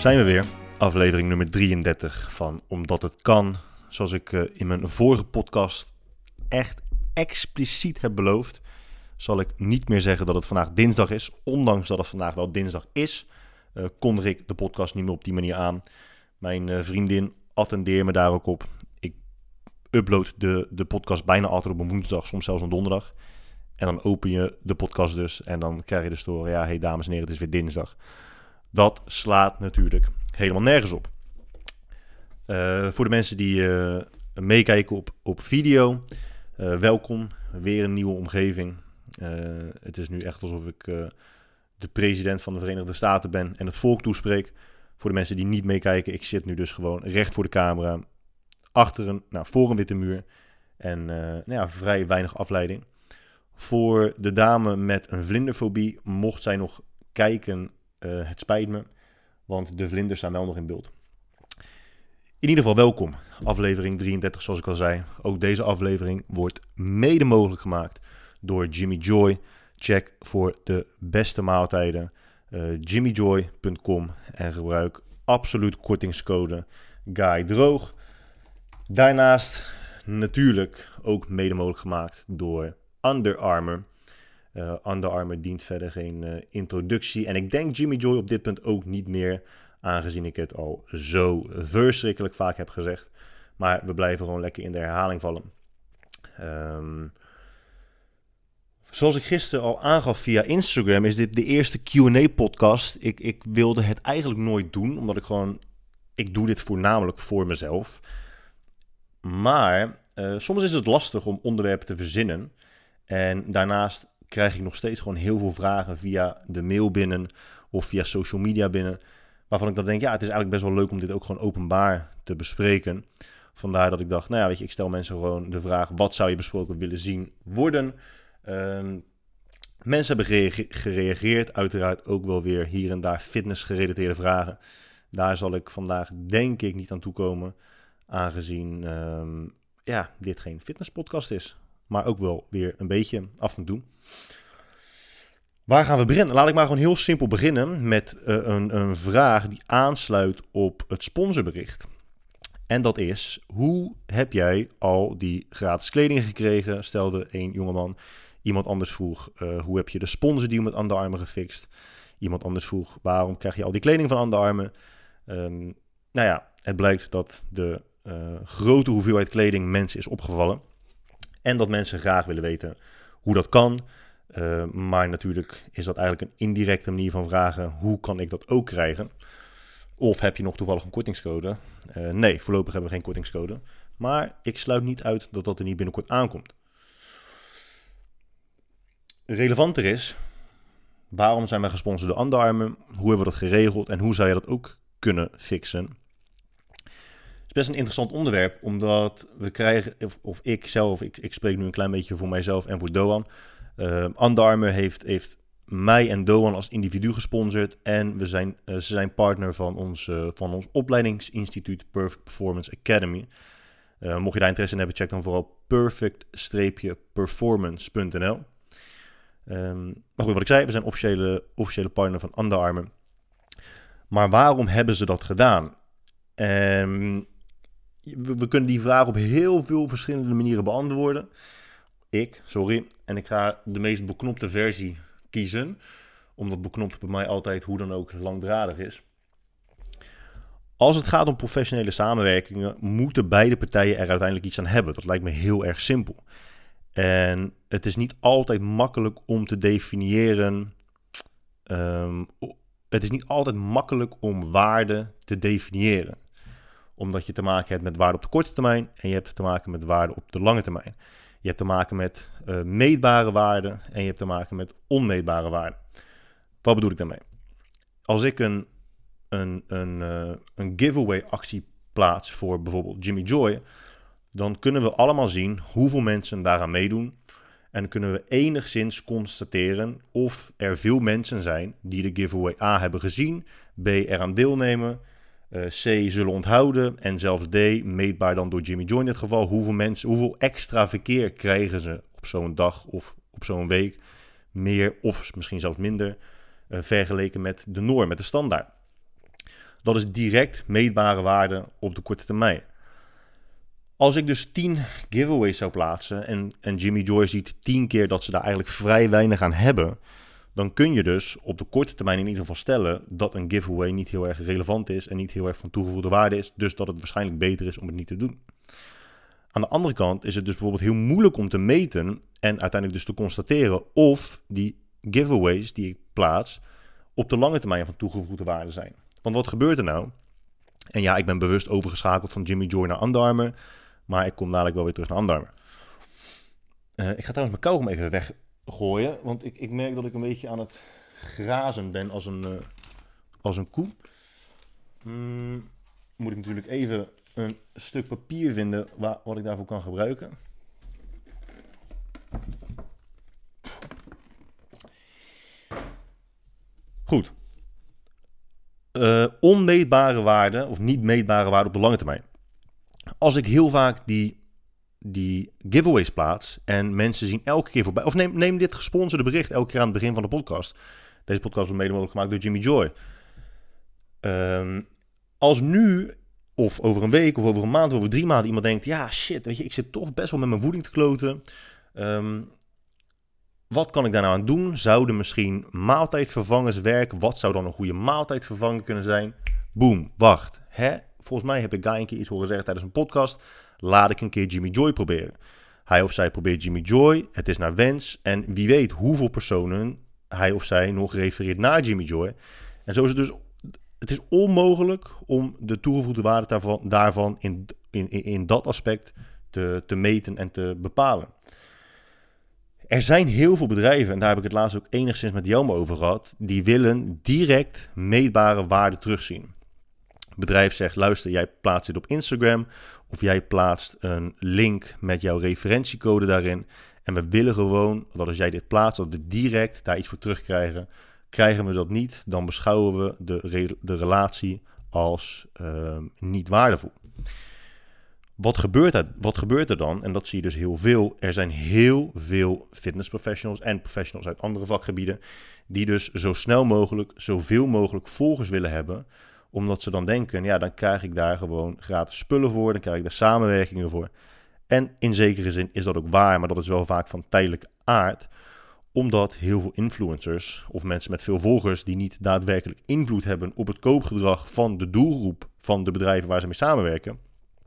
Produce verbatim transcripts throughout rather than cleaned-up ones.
Zijn we weer, aflevering nummer drieëndertig van Omdat het kan. Zoals ik uh, in mijn vorige podcast echt expliciet heb beloofd, zal ik niet meer zeggen dat het vandaag dinsdag is. Ondanks dat het vandaag wel dinsdag is, uh, kondig ik de podcast niet meer op die manier aan. Mijn uh, vriendin attendeert me daar ook op. Ik upload de, de podcast bijna altijd op een woensdag, soms zelfs een donderdag. En dan open je de podcast dus en dan krijg je dus te horen, ja, hey dames en heren, het is weer dinsdag. Dat slaat natuurlijk helemaal nergens op. Uh, voor de mensen die uh, meekijken op, op video, uh, welkom. Weer een nieuwe omgeving. Uh, het is nu echt alsof ik uh, de president van de Verenigde Staten ben en het volk toespreek. Voor de mensen die niet meekijken, ik zit nu dus gewoon recht voor de camera, achter een, nou, voor een witte muur en uh, nou ja, vrij weinig afleiding. Voor de dame met een vlinderfobie, mocht zij nog kijken, uh, het spijt me, want de vlinders zijn wel nog in beeld. In ieder geval welkom, aflevering drieëndertig zoals ik al zei. Ook deze aflevering wordt mede mogelijk gemaakt door Jimmy Joy. Check voor de beste maaltijden uh, jimmy joy punt com en gebruik absoluut kortingscode GUYDROOG. Daarnaast natuurlijk ook mede mogelijk gemaakt door Under Armour. Uh, Under Armour dient verder geen uh, introductie. En ik denk Jimmy Joy op dit punt ook niet meer, aangezien ik het al zo verschrikkelijk vaak heb gezegd. Maar we blijven gewoon lekker in de herhaling vallen. Um, zoals ik gisteren al aangaf via Instagram, is dit de eerste Q en A-podcast. Ik, ik wilde het eigenlijk nooit doen, omdat ik gewoon... Ik doe dit voornamelijk voor mezelf. Maar uh, soms is het lastig om onderwerpen te verzinnen. En daarnaast krijg ik nog steeds gewoon heel veel vragen via de mail binnen of via social media binnen, waarvan ik dan denk, ja, het is eigenlijk best wel leuk om dit ook gewoon openbaar te bespreken. Vandaar dat ik dacht, nou ja, weet je, ik stel mensen gewoon de vraag, wat zou je besproken willen zien worden? Um, mensen hebben gereage- gereageerd, uiteraard ook wel weer hier en daar fitnessgerelateerde vragen. Daar zal ik vandaag denk ik niet aan toekomen, aangezien um, ja, dit geen fitnesspodcast is. Maar ook wel weer een beetje af en toe. Waar gaan we beginnen? Laat ik maar gewoon heel simpel beginnen met uh, een, een vraag die aansluit op het sponsorbericht. En dat is, hoe heb jij al die gratis kleding gekregen? Stelde een jongeman. Iemand anders vroeg, uh, hoe heb je de sponsordeal met Under Armour gefixt? Iemand anders vroeg, waarom krijg je al die kleding van Under Armour? Um, nou ja, het blijkt dat de uh, grote hoeveelheid kleding mensen is opgevallen. En dat mensen graag willen weten hoe dat kan. Uh, maar natuurlijk is dat eigenlijk een indirecte manier van vragen, hoe kan ik dat ook krijgen? Of heb je nog toevallig een kortingscode? Uh, nee, voorlopig hebben we geen kortingscode. Maar ik sluit niet uit dat dat er niet binnenkort aankomt. Relevanter is, waarom zijn wij gesponsord door Under Armour? Hoe hebben we dat geregeld en hoe zou je dat ook kunnen fixen? Het is best een interessant onderwerp, omdat we krijgen, of, of ik zelf, ik, ik spreek nu een klein beetje voor mijzelf en voor Doan. Uh, Under Armour heeft, heeft mij en Doan als individu gesponsord en we zijn, uh, ze zijn partner van ons, uh, van ons opleidingsinstituut Perfect Performance Academy. Uh, mocht je daar interesse in hebben, check dan vooral perfect performance punt n l. Um, maar goed, wat ik zei, we zijn officiële, officiële partner van Under Armour. Maar waarom hebben ze dat gedaan? Um, we, we kunnen die vraag op heel veel verschillende manieren beantwoorden. Ik, sorry, en ik ga de meest beknopte versie kiezen, omdat beknopt bij mij altijd hoe dan ook langdradig is. Als het gaat om professionele samenwerkingen, moeten beide partijen er uiteindelijk iets aan hebben. Dat lijkt me heel erg simpel. En het is niet altijd makkelijk om te definiëren. Um, het is niet altijd makkelijk om waarde te definiëren. Omdat je te maken hebt met waarde op de korte termijn en je hebt te maken met waarde op de lange termijn. Je hebt te maken met uh, meetbare waarden en je hebt te maken met onmeetbare waarden. Wat bedoel ik daarmee? Als ik een, een, een, uh, een giveaway actie plaats voor bijvoorbeeld Jimmy Joy, dan kunnen we allemaal zien hoeveel mensen daaraan meedoen. En dan kunnen we enigszins constateren of er veel mensen zijn die de giveaway A hebben gezien, B eraan deelnemen, uh, C zullen onthouden en zelfs D, meetbaar dan door Jimmy Joy in dit geval, hoeveel mensen, hoeveel extra verkeer krijgen ze op zo'n dag of op zo'n week, meer of misschien zelfs minder, uh, vergeleken met de norm, met de standaard. Dat is direct meetbare waarde op de korte termijn. Als ik dus tien giveaways zou plaatsen en, en Jimmy Joy ziet tien keer dat ze daar eigenlijk vrij weinig aan hebben, dan kun je dus op de korte termijn in ieder geval stellen dat een giveaway niet heel erg relevant is en niet heel erg van toegevoegde waarde is, dus dat het waarschijnlijk beter is om het niet te doen. Aan de andere kant is het dus bijvoorbeeld heel moeilijk om te meten en uiteindelijk dus te constateren of die giveaways die ik plaats op de lange termijn van toegevoegde waarde zijn. Want wat gebeurt er nou? En ja, ik ben bewust overgeschakeld van Jimmy Joy naar Under Armour, maar ik kom dadelijk wel weer terug naar Under Armour. Uh, ik ga trouwens mijn kauwgom even weggooien, want ik, ik merk dat ik een beetje aan het grazen ben als een, uh, als een koe. Hmm, moet ik natuurlijk even een stuk papier vinden waar, wat ik daarvoor kan gebruiken. Goed. Uh, onmeetbare waarden of niet meetbare waarden op de lange termijn. Als ik heel vaak die, die giveaways plaats en mensen zien elke keer voorbij, of neem, neem dit gesponsorde bericht elke keer aan het begin van de podcast. Deze podcast wordt mede mogelijk gemaakt door Jimmy Joy. Um, als nu, of over een week, of over een maand, of over drie maanden iemand denkt, ja shit, weet je, ik zit toch best wel met mijn voeding te kloten. Um, Wat kan ik daar nou aan doen? Zouden misschien maaltijdvervangers werken? Wat zou dan een goede maaltijdvervanger kunnen zijn? Boom, wacht. Hè? Volgens mij heb ik Guy een keer iets horen zeggen tijdens een podcast. Laat ik een keer Jimmy Joy proberen. Hij of zij probeert Jimmy Joy. Het is naar wens. En wie weet hoeveel personen hij of zij nog refereert naar Jimmy Joy. En zo is het dus... Het is onmogelijk om de toegevoegde waarde daarvan, daarvan in, in, in dat aspect te, te meten en te bepalen. Er zijn heel veel bedrijven, en daar heb ik het laatst ook enigszins met Jelme over gehad, die willen direct meetbare waarde terugzien. Het bedrijf zegt, luister, jij plaatst dit op Instagram of jij plaatst een link met jouw referentiecode daarin. En we willen gewoon dat als jij dit plaatst, dat we direct daar iets voor terugkrijgen. Krijgen we dat niet, dan beschouwen we de, re- de relatie als uh, niet waardevol. Wat gebeurt, er, wat gebeurt er dan? En dat zie je dus heel veel. Er zijn heel veel fitnessprofessionals en professionals uit andere vakgebieden die dus zo snel mogelijk, zoveel mogelijk volgers willen hebben. Omdat ze dan denken, ja, dan krijg ik daar gewoon gratis spullen voor, dan krijg ik daar samenwerkingen voor. En in zekere zin is dat ook waar, maar dat is wel vaak van tijdelijke aard. Omdat heel veel influencers of mensen met veel volgers die niet daadwerkelijk invloed hebben op het koopgedrag van de doelgroep van de bedrijven waar ze mee samenwerken.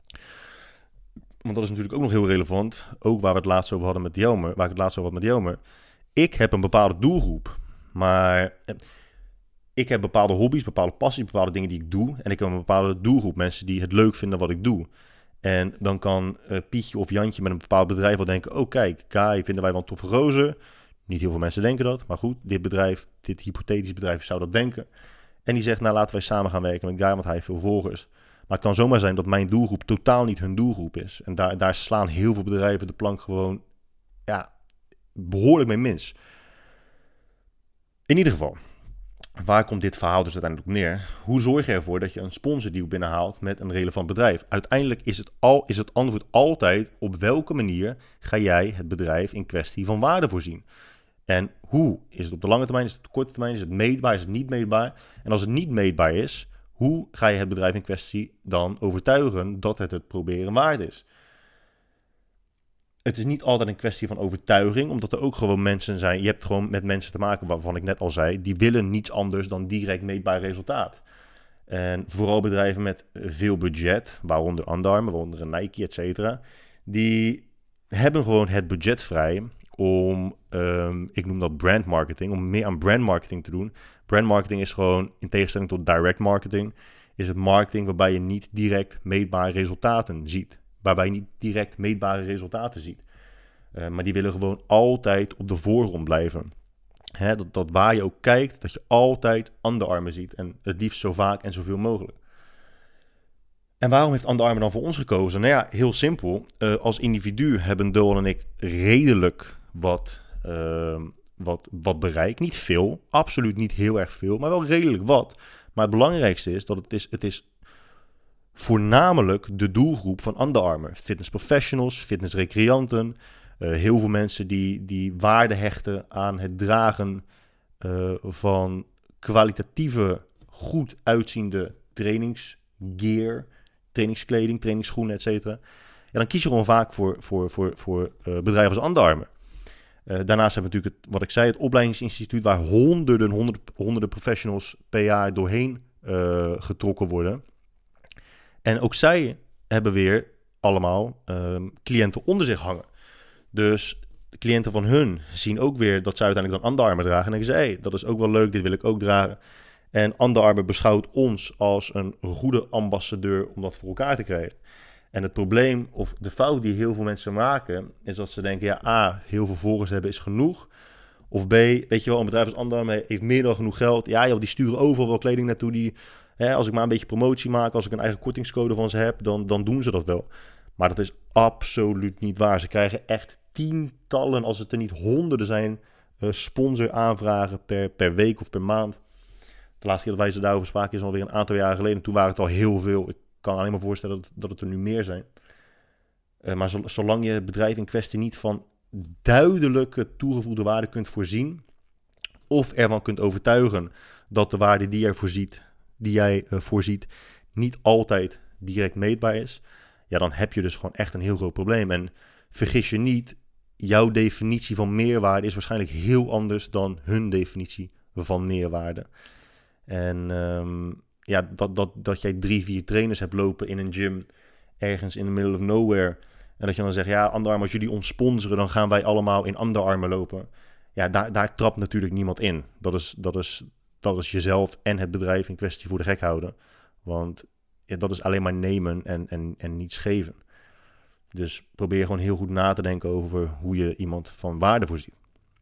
Want dat is natuurlijk ook nog heel relevant. Ook waar we het laatst over hadden met Jelmer. Waar ik het laatst over had met Jelmer. Ik heb een bepaalde doelgroep. Maar ik heb bepaalde hobby's, bepaalde passies, bepaalde dingen die ik doe. En ik heb een bepaalde doelgroep. Mensen die het leuk vinden wat ik doe. En dan kan uh, Pietje of Jantje met een bepaald bedrijf wel denken. Oh kijk, Kai vinden wij wel een toffe gozer. Niet heel veel mensen denken dat. Maar goed, dit bedrijf, dit hypothetische bedrijf zou dat denken. En die zegt, nou laten wij samen gaan werken met Guy, want hij heeft veel volgers. Maar het kan zomaar zijn dat mijn doelgroep totaal niet hun doelgroep is. En daar, daar slaan heel veel bedrijven de plank gewoon ja, behoorlijk mee mis. In ieder geval, waar komt dit verhaal dus uiteindelijk op neer? Hoe zorg je ervoor dat je een sponsordeal binnenhaalt met een relevant bedrijf? Uiteindelijk is het, al, is het antwoord altijd op welke manier ga jij het bedrijf in kwestie van waarde voorzien? En hoe? Is het op de lange termijn? Is het op de korte termijn? Is het meetbaar? Is het niet meetbaar? En als het niet meetbaar is, hoe ga je het bedrijf in kwestie dan overtuigen dat het het proberen waard is? Het is niet altijd een kwestie van overtuiging, omdat er ook gewoon mensen zijn. Je hebt gewoon met mensen te maken, waarvan ik net al zei, die willen niets anders dan direct meetbaar resultaat. En vooral bedrijven met veel budget, waaronder Under Armour, waaronder Nike, et cetera, die hebben gewoon het budget vrij om, um, ik noem dat brand marketing, om meer aan brand marketing te doen. Brand marketing is gewoon, in tegenstelling tot direct marketing, is het marketing waarbij je niet direct meetbare resultaten ziet. Waarbij je niet direct meetbare resultaten ziet. Uh, maar die willen gewoon altijd op de voorgrond blijven. Hè, dat, dat waar je ook kijkt, dat je altijd Under Armour ziet. En het liefst zo vaak en zoveel mogelijk. En waarom heeft Under Armour dan voor ons gekozen? Nou ja, heel simpel. Uh, als individu hebben Doan en ik redelijk wat, uh, wat, wat bereik. Niet veel, absoluut niet heel erg veel, maar wel redelijk wat. Maar het belangrijkste is dat het is, het is voornamelijk de doelgroep van Under Armour. Fitness professionals, fitness recreanten. Uh, heel veel mensen die, die waarde hechten aan het dragen uh, van kwalitatieve, goed uitziende trainingsgear, trainingskleding, trainingsschoenen, et cetera. Ja, dan kies je gewoon vaak voor, voor, voor, voor uh, bedrijven als Under Armour. Uh, daarnaast hebben we natuurlijk, het, wat ik zei, het opleidingsinstituut waar honderden, honderden, honderden professionals per jaar doorheen uh, getrokken worden. En ook zij hebben weer allemaal uh, cliënten onder zich hangen. Dus de cliënten van hun zien ook weer dat ze uiteindelijk dan Under Armour dragen. En dan denken ze, hey, dat is ook wel leuk, dit wil ik ook dragen. En Under Armour beschouwt ons als een goede ambassadeur om dat voor elkaar te krijgen. En het probleem, of de fout die heel veel mensen maken, is dat ze denken, ja, A, heel veel volgers hebben is genoeg. Of B, weet je wel, een bedrijf als Under Armour heeft meer dan genoeg geld. Ja, joh, die sturen overal wel kleding naartoe. Die, hè, als ik maar een beetje promotie maak, als ik een eigen kortingscode van ze heb, dan, dan doen ze dat wel. Maar dat is absoluut niet waar. Ze krijgen echt tientallen, als het er niet honderden zijn, uh, sponsoraanvragen per, per week of per maand. De laatste keer dat wij ze daarover spraken is alweer een aantal jaren geleden. Toen waren het al heel veel. Ik kan alleen maar voorstellen dat, dat het er nu meer zijn. Uh, maar zo, zolang je het bedrijf in kwestie niet van duidelijke toegevoegde waarde kunt voorzien, of ervan kunt overtuigen dat de waarde die, er voorziet, die jij uh, voorziet niet altijd direct meetbaar is, ja, dan heb je dus gewoon echt een heel groot probleem. En vergis je niet, jouw definitie van meerwaarde is waarschijnlijk heel anders dan hun definitie van meerwaarde. En um, ja, dat, dat, dat jij drie, vier trainers hebt lopen in een gym ergens in the middle of nowhere. En dat je dan zegt, ja, Under Armour, als jullie ons sponsoren, dan gaan wij allemaal in Under Armour lopen. Ja, daar, daar trapt natuurlijk niemand in. Dat is, dat, is, dat is jezelf en het bedrijf in kwestie voor de gek houden. Want ja, dat is alleen maar nemen en, en, en niets geven. Dus probeer gewoon heel goed na te denken over hoe je iemand van waarde voorziet.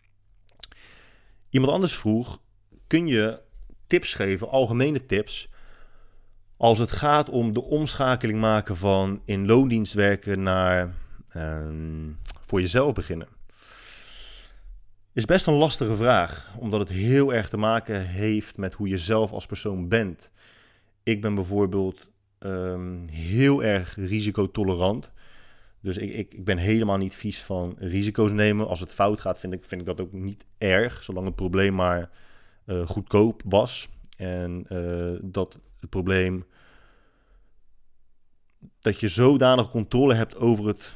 Iemand anders vroeg, kun je tips geven, algemene tips, als het gaat om de omschakeling maken van in loondienst werken naar um, voor jezelf beginnen? Is best een lastige vraag, omdat het heel erg te maken heeft met hoe je zelf als persoon bent. Ik ben bijvoorbeeld um, heel erg risicotolerant. Dus ik, ik, ik ben helemaal niet vies van risico's nemen. Als het fout gaat, vind ik, vind ik dat ook niet erg, zolang het probleem maar uh, goedkoop was. En uh, dat het probleem, dat je zodanig controle hebt over het,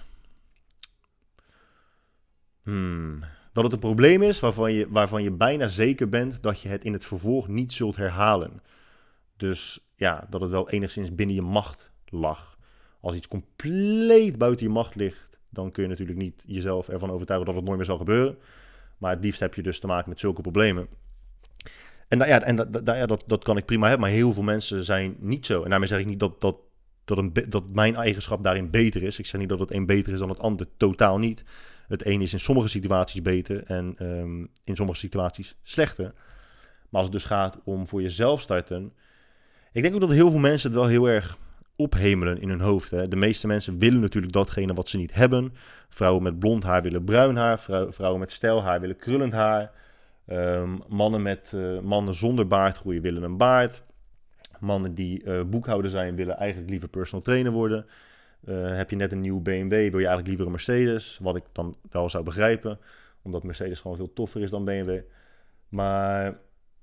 hmm, dat het een probleem is waarvan je, waarvan je bijna zeker bent dat je het in het vervolg niet zult herhalen. Dus ja, dat het wel enigszins binnen je macht lag. Als iets compleet buiten je macht ligt, dan kun je natuurlijk niet jezelf ervan overtuigen dat het nooit meer zal gebeuren. Maar het liefst heb je dus te maken met zulke problemen. En, nou ja, en dat, dat, ja, dat, dat kan ik prima hebben, maar heel veel mensen zijn niet zo. En daarmee zeg ik niet dat, dat, dat, een, dat mijn eigenschap daarin beter is. Ik zeg niet dat het een beter is dan het ander, totaal niet. Het een is in sommige situaties beter en um, in sommige situaties slechter. Maar als het dus gaat om voor jezelf starten, ik denk ook dat heel veel mensen het wel heel erg ophemelen in hun hoofd. Hè. De meeste mensen willen natuurlijk datgene wat ze niet hebben. Vrouwen met blond haar willen bruin haar. Vrou- vrouwen met stijlhaar willen krullend haar. Um, mannen, met, uh, mannen zonder baardgroei willen een baard. Mannen die uh, boekhouder zijn willen eigenlijk liever personal trainer worden. Uh, heb je net een nieuwe B M W, wil je eigenlijk liever een Mercedes. Wat ik dan wel zou begrijpen. Omdat Mercedes gewoon veel toffer is dan B M W. Maar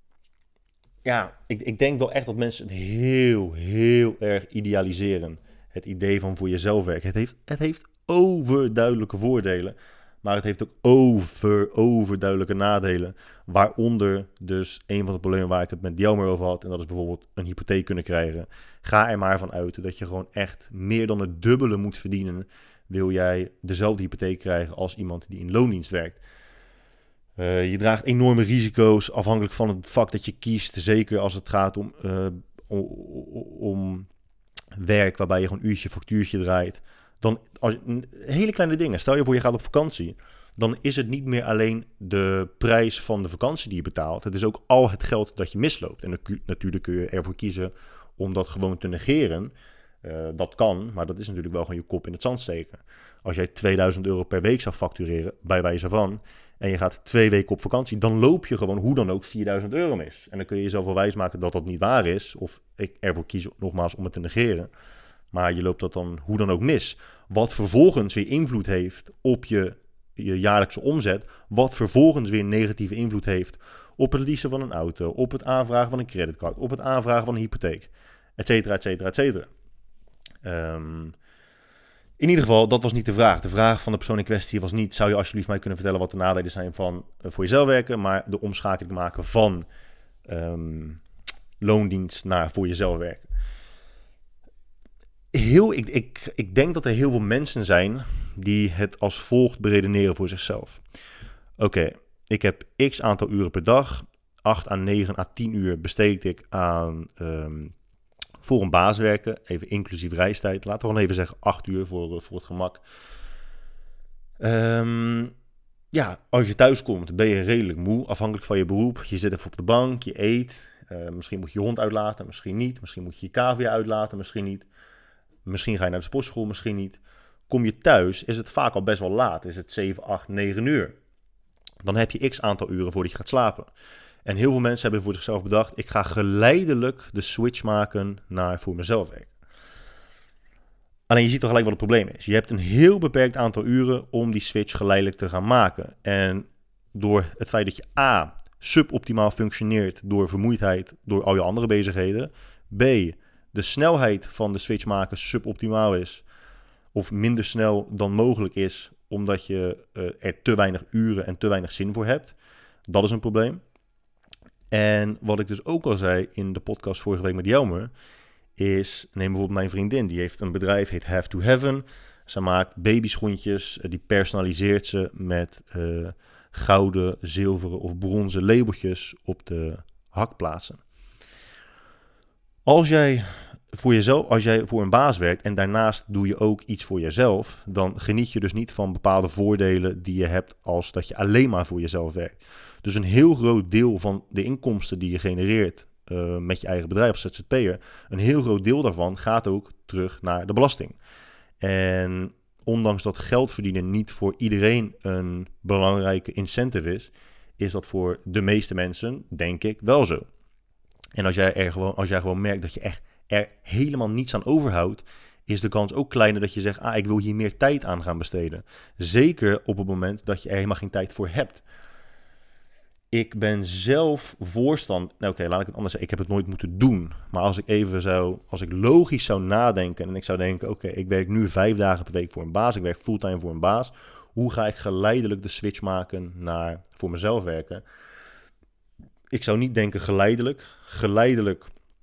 ja, ik, ik denk wel echt dat mensen het heel, heel erg idealiseren. Het idee van voor jezelf werken. Het heeft, het heeft overduidelijke voordelen. Maar het heeft ook over, overduidelijke nadelen. Waaronder dus een van de problemen waar ik het met Jelmer over had. En dat is bijvoorbeeld een hypotheek kunnen krijgen. Ga er maar van uit dat je gewoon echt meer dan het dubbele moet verdienen. Wil jij dezelfde hypotheek krijgen als iemand die in loondienst werkt. Uh, je draagt enorme risico's afhankelijk van het vak dat je kiest. Zeker als het gaat om, uh, om, om werk waarbij je gewoon uurtje factuurtje draait. Dan als, hele kleine dingen. Stel je voor je gaat op vakantie. Dan is het niet meer alleen de prijs van de vakantie die je betaalt. Het is ook al het geld dat je misloopt. En natuurlijk kun je ervoor kiezen om dat gewoon te negeren. Uh, dat kan, maar dat is natuurlijk wel gewoon je kop in het zand steken. Als jij tweeduizend euro per week zou factureren, bij wijze van, en je gaat twee weken op vakantie, dan loop je gewoon hoe dan ook vierduizend euro mis. En dan kun je jezelf wel wijsmaken dat dat niet waar is. Of ik ervoor kies nogmaals om het te negeren. Maar je loopt dat dan hoe dan ook mis. Wat vervolgens weer invloed heeft op je, je jaarlijkse omzet. Wat vervolgens weer negatieve invloed heeft op het leasen van een auto. Op het aanvragen van een creditcard. Op het aanvragen van een hypotheek. et cetera, et cetera, et cetera. Um, in ieder geval, dat was niet de vraag. De vraag van de persoon in kwestie was niet, zou je alsjeblieft mij kunnen vertellen wat de nadelen zijn van uh, voor jezelf werken, maar de omschakeling maken van um, loondienst naar voor jezelf werken. Heel, ik, ik, ik denk dat er heel veel mensen zijn die het als volgt beredeneren voor zichzelf. Oké, okay, ik heb x aantal uren per dag, acht à negen à tien uur besteed ik aan um, voor een baas werken, even inclusief reistijd. Laten we gewoon even zeggen acht uur voor, voor het gemak. Um, ja, als je thuis komt ben je redelijk moe, afhankelijk van je beroep. Je zit even op de bank, je eet, uh, misschien moet je je hond uitlaten, misschien niet. Misschien moet je je cavia uitlaten, misschien niet. Misschien ga je naar de sportschool, misschien niet. Kom je thuis, is het vaak al best wel laat. Is het zeven, acht, negen uur. Dan heb je x aantal uren voordat je gaat slapen. En heel veel mensen hebben voor zichzelf bedacht, ik ga geleidelijk de switch maken naar voor mezelf werken. Alleen je ziet toch gelijk wat het probleem is. Je hebt een heel beperkt aantal uren om die switch geleidelijk te gaan maken. En door het feit dat je A, suboptimaal functioneert door vermoeidheid, door al je andere bezigheden. B, de snelheid van de switch maken suboptimaal is, of minder snel dan mogelijk is, omdat je uh, er te weinig uren en te weinig zin voor hebt. Dat is een probleem. En wat ik dus ook al zei in de podcast vorige week met Jelmer, is, neem bijvoorbeeld mijn vriendin, die heeft een bedrijf, heet Have to Heaven. Ze maakt babyschoentjes, die personaliseert ze met uh, gouden, zilveren of bronzen labeltjes op de hakplaatsen. Als jij voor jezelf, als jij voor een baas werkt en daarnaast doe je ook iets voor jezelf, dan geniet je dus niet van bepaalde voordelen die je hebt als dat je alleen maar voor jezelf werkt. Dus een heel groot deel van de inkomsten die je genereert uh, met je eigen bedrijf als Z Z P'er, een heel groot deel daarvan gaat ook terug naar de belasting. En ondanks dat geld verdienen niet voor iedereen een belangrijke incentive is, is dat voor de meeste mensen, denk ik, wel zo. En als jij, er gewoon, als jij gewoon merkt dat je echt er helemaal niets aan overhoudt, is de kans ook kleiner dat je zegt, ah, ik wil hier meer tijd aan gaan besteden. Zeker op het moment dat je er helemaal geen tijd voor hebt. Ik ben zelf voorstander, nou oké, okay, laat ik het anders zeggen, ik heb het nooit moeten doen. Maar als ik even zou, als ik logisch zou nadenken en ik zou denken, oké, okay, ik werk nu vijf dagen per week voor een baas, ik werk fulltime voor een baas. Hoe ga ik geleidelijk de switch maken naar voor mezelf werken? Ik zou niet denken geleidelijk. Geleidelijk,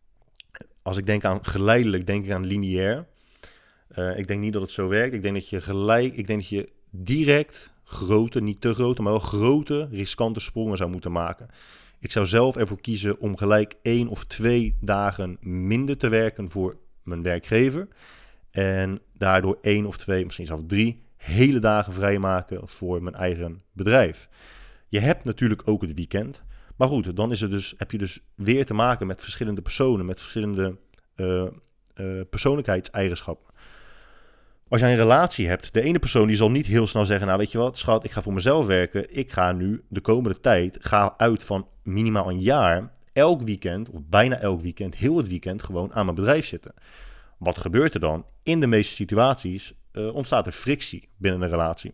als ik denk aan geleidelijk, denk ik aan lineair. Uh, ik denk niet dat het zo werkt. Ik denk dat je gelijk, ik denk dat je direct grote, niet te grote, maar wel grote, riskante sprongen zou moeten maken. Ik zou zelf ervoor kiezen om gelijk één of twee dagen minder te werken voor mijn werkgever. En daardoor één of twee, misschien zelfs drie, hele dagen vrijmaken voor mijn eigen bedrijf. Je hebt natuurlijk ook het weekend. Maar goed, dan is het dus, heb je dus weer te maken met verschillende personen, met verschillende uh, uh, persoonlijkheidseigenschappen. Als jij een relatie hebt, de ene persoon die zal niet heel snel zeggen, nou weet je wat, schat, ik ga voor mezelf werken. Ik ga nu de komende tijd, ga uit van minimaal een jaar, elk weekend, of bijna elk weekend, heel het weekend gewoon aan mijn bedrijf zitten. Wat gebeurt er dan? In de meeste situaties uh, ontstaat er frictie binnen een relatie.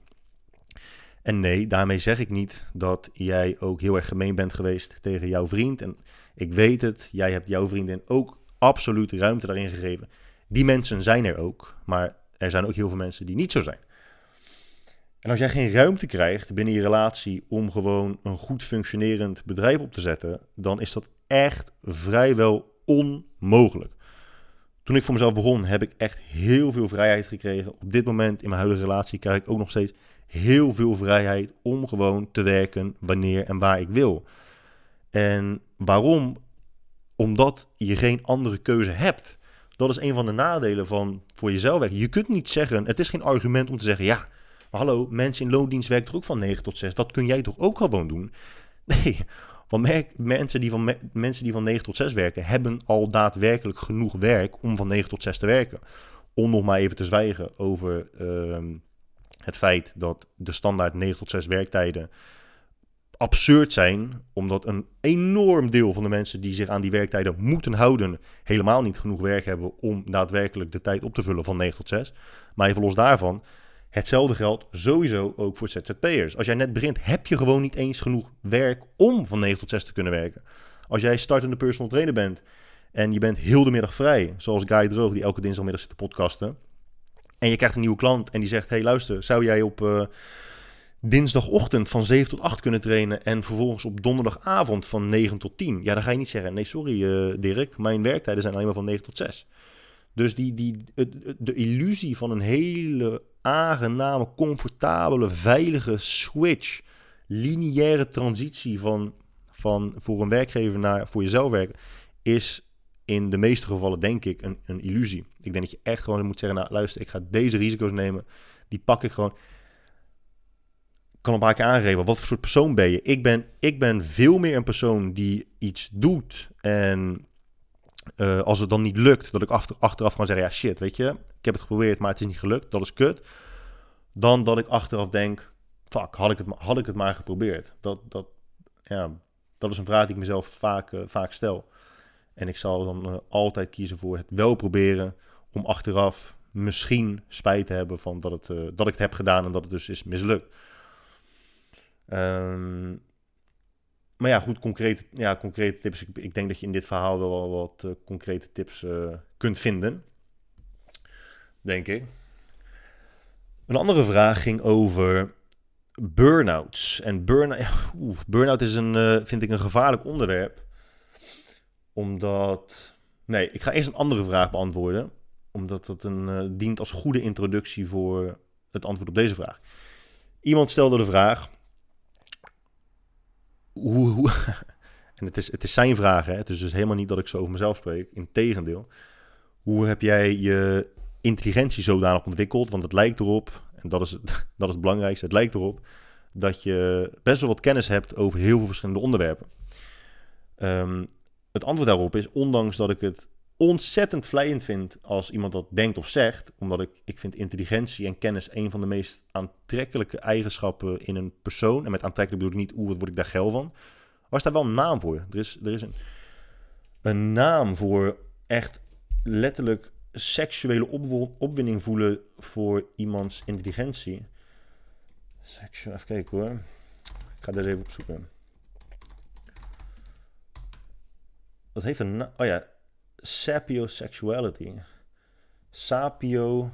En nee, daarmee zeg ik niet dat jij ook heel erg gemeen bent geweest tegen jouw vriend. En ik weet het, jij hebt jouw vriendin ook absoluut ruimte daarin gegeven. Die mensen zijn er ook, maar er zijn ook heel veel mensen die niet zo zijn. En als jij geen ruimte krijgt binnen je relatie om gewoon een goed functionerend bedrijf op te zetten, dan is dat echt vrijwel onmogelijk. Toen ik voor mezelf begon, heb ik echt heel veel vrijheid gekregen. Op dit moment in mijn huidige relatie krijg ik ook nog steeds heel veel vrijheid om gewoon te werken wanneer en waar ik wil. En waarom? Omdat je geen andere keuze hebt. Dat is een van de nadelen van voor jezelf werken. Je kunt niet zeggen, het is geen argument om te zeggen, ja, maar hallo, mensen in loondienst werken toch ook van negen tot zes. Dat kun jij toch ook gewoon doen? Nee, want merk, mensen, die van, mensen die van negen tot zes werken, hebben al daadwerkelijk genoeg werk om van negen tot zes te werken. Om nog maar even te zwijgen over uh, het feit dat de standaard negen tot zes werktijden absurd zijn, omdat een enorm deel van de mensen die zich aan die werktijden moeten houden, helemaal niet genoeg werk hebben om daadwerkelijk de tijd op te vullen van negen tot zes. Maar even los daarvan, hetzelfde geldt sowieso ook voor Z Z P'ers. Als jij net begint, heb je gewoon niet eens genoeg werk om van negen tot zes te kunnen werken. Als jij startende personal trainer bent en je bent heel de middag vrij, zoals Guy Droog, die elke dinsdagmiddag zit te podcasten. En je krijgt een nieuwe klant en die zegt, hey luister, zou jij op uh, dinsdagochtend van zeven tot acht kunnen trainen en vervolgens op donderdagavond van negen tot tien? Ja, dan ga je niet zeggen, nee sorry uh, Dirk, mijn werktijden zijn alleen maar van negen tot zes. Dus die, die, de illusie van een hele aangename, comfortabele, veilige switch, lineaire transitie van, van voor een werkgever naar voor jezelf werken, is in de meeste gevallen denk ik een, een illusie. Ik denk dat je echt gewoon moet zeggen, nou luister, ik ga deze risico's nemen, die pak ik gewoon. Ik kan een paar keer aangeven, wat voor soort persoon ben je? Ik ben, ik ben veel meer een persoon die iets doet en uh, als het dan niet lukt, dat ik achter, achteraf kan zeggen, ja shit, weet je, ik heb het geprobeerd, maar het is niet gelukt, dat is kut. Dan dat ik achteraf denk, fuck, had ik het, had ik het maar geprobeerd. Dat, dat, ja, dat is een vraag die ik mezelf vaak, uh, vaak stel. En ik zal dan uh, altijd kiezen voor het wel proberen, om achteraf misschien spijt te hebben van dat, het, uh, dat ik het heb gedaan en dat het dus is mislukt. Um, maar ja, goed, concrete, ja, concrete tips. Ik, ik denk dat je in dit verhaal wel wat uh, concrete tips uh, kunt vinden. Denk ik. Een andere vraag ging over burn-outs. En burn-out, oeh, burn-out is een, uh, vind ik een gevaarlijk onderwerp. Omdat... Nee, ik ga eerst een andere vraag beantwoorden. Omdat het een, uh, dient als goede introductie voor het antwoord op deze vraag. Iemand stelde de vraag... Hoe, hoe, en het is, het is zijn vraag, hè? Het is dus helemaal niet dat ik zo over mezelf spreek. Integendeel. Hoe heb jij je intelligentie zodanig ontwikkeld? Want het lijkt erop, en dat is het, dat is het belangrijkste, het lijkt erop dat je best wel wat kennis hebt over heel veel verschillende onderwerpen. Um, het antwoord daarop is, ondanks dat ik het ontzettend vleiend vind als iemand dat denkt of zegt, omdat ik, ik vind intelligentie en kennis een van de meest aantrekkelijke eigenschappen in een persoon. En met aantrekkelijk bedoel ik niet, oeh, wat word ik daar geil van. Maar is daar wel een naam voor. Er is, er is een, een naam voor echt letterlijk seksuele opwo- opwinding voelen voor iemands intelligentie. Seksueel, even kijken hoor. Ik ga dit even opzoeken. Dat heeft een naam. Oh ja. Sapiosexuality. Sapio.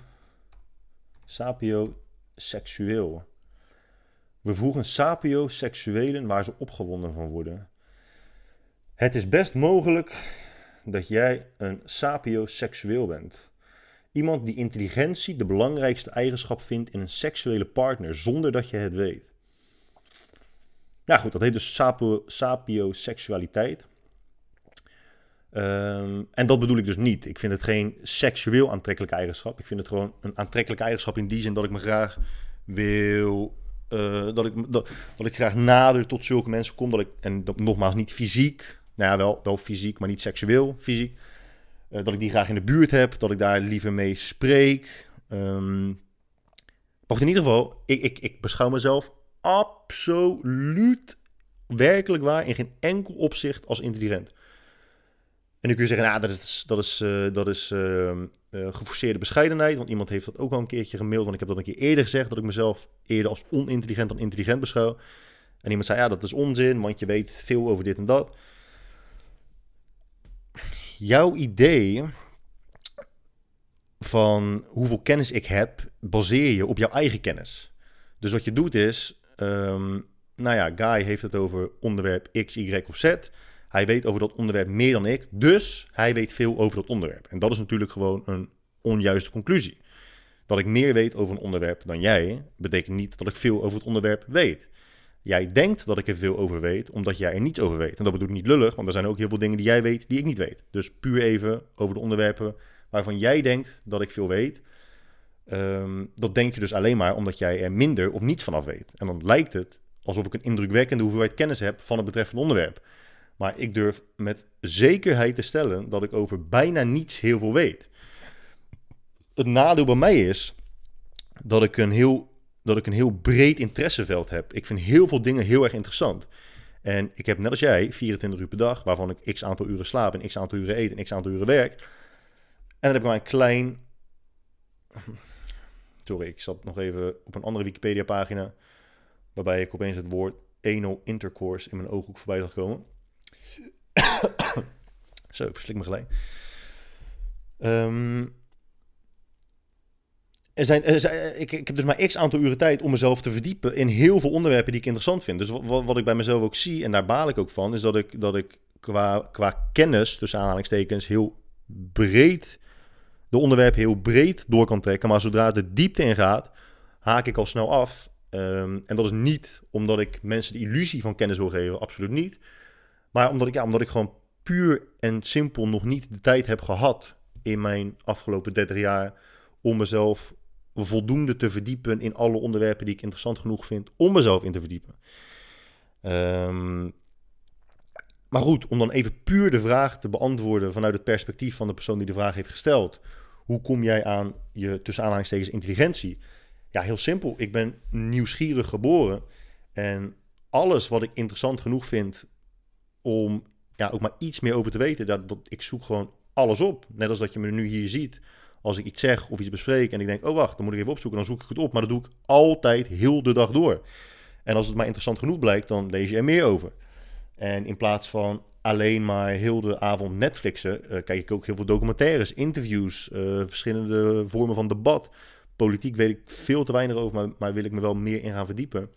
Sapioseksueel. We vroegen sapioseksuelen waar ze opgewonden van worden. Het is best mogelijk dat jij een sapioseksueel bent. Iemand die intelligentie de belangrijkste eigenschap vindt in een seksuele partner zonder dat je het weet. Ja goed, dat heet dus sapio, sapioseksualiteit. Um, en dat bedoel ik dus niet. Ik vind het geen seksueel aantrekkelijke eigenschap. Ik vind het gewoon een aantrekkelijke eigenschap in die zin dat ik me graag wil... Uh, dat, ik, dat, dat ik graag nader tot zulke mensen kom. Dat ik, en dat, nogmaals, niet fysiek. Nou ja, wel, wel fysiek, maar niet seksueel fysiek. Uh, dat ik die graag in de buurt heb. Dat ik daar liever mee spreek. Um, maar in ieder geval, ik, ik, ik beschouw mezelf absoluut, werkelijk waar, in geen enkel opzicht als intelligent. En dan kun je zeggen, nou, dat is, dat is, uh, dat is uh, uh, geforceerde bescheidenheid. Want iemand heeft dat ook al een keertje gemaild. Want ik heb dat een keer eerder gezegd, dat ik mezelf eerder als onintelligent dan intelligent beschouw. En iemand zei, ja, dat is onzin, want je weet veel over dit en dat. Jouw idee van hoeveel kennis ik heb, baseer je op jouw eigen kennis. Dus wat je doet is, um, nou ja, Guy heeft het over onderwerp X, Y of Z. Hij weet over dat onderwerp meer dan ik, dus hij weet veel over dat onderwerp. En dat is natuurlijk gewoon een onjuiste conclusie. Dat ik meer weet over een onderwerp dan jij, betekent niet dat ik veel over het onderwerp weet. Jij denkt dat ik er veel over weet, omdat jij er niets over weet. En dat bedoel ik niet lullig, want er zijn ook heel veel dingen die jij weet die ik niet weet. Dus puur even over de onderwerpen waarvan jij denkt dat ik veel weet. Um, dat denk je dus alleen maar omdat jij er minder of niets vanaf weet. En dan lijkt het alsof ik een indrukwekkende hoeveelheid kennis heb van het betreffende onderwerp. Maar ik durf met zekerheid te stellen dat ik over bijna niets heel veel weet. Het nadeel bij mij is dat ik een heel, dat ik een heel breed interesseveld heb. Ik vind heel veel dingen heel erg interessant. En ik heb net als jij vierentwintig uur per dag, waarvan ik x aantal uren slaap en x aantal uren eet en x aantal uren werk. En dan heb ik maar een klein... Sorry, ik zat nog even op een andere Wikipedia pagina, waarbij ik opeens het woord anal intercourse in mijn ooghoek voorbij zag komen. Zo, ik verslik me gelijk. Um, er zijn, er zijn, ik, ik heb dus maar x aantal uren tijd om mezelf te verdiepen in heel veel onderwerpen die ik interessant vind. Dus wat, wat ik bij mezelf ook zie, en daar baal ik ook van, is dat ik, dat ik qua, qua kennis, tussen aanhalingstekens, heel breed, de onderwerpen heel breed door kan trekken. Maar zodra het de diepte in gaat, haak ik al snel af. Um, en dat is niet omdat ik mensen de illusie van kennis wil geven, absoluut niet. Maar omdat ik, ja, omdat ik gewoon puur en simpel nog niet de tijd heb gehad in mijn afgelopen dertig jaar om mezelf voldoende te verdiepen in alle onderwerpen die ik interessant genoeg vind om mezelf in te verdiepen. Um, maar goed, om dan even puur de vraag te beantwoorden vanuit het perspectief van de persoon die de vraag heeft gesteld. Hoe kom jij aan je tussen aanhalingstekens intelligentie? Ja, heel simpel. Ik ben nieuwsgierig geboren en alles wat ik interessant genoeg vind om ja, ook maar iets meer over te weten, dat, dat, ik zoek gewoon alles op. Net als dat je me nu hier ziet, als ik iets zeg of iets bespreek en ik denk, oh wacht, dan moet ik even opzoeken, dan zoek ik het op. Maar dat doe ik altijd heel de dag door. En als het maar interessant genoeg blijkt, dan lees je er meer over. En in plaats van alleen maar heel de avond Netflixen, uh, kijk ik ook heel veel documentaires, interviews, uh, verschillende vormen van debat. Politiek weet ik veel te weinig over, maar, maar wil ik me wel meer in gaan verdiepen.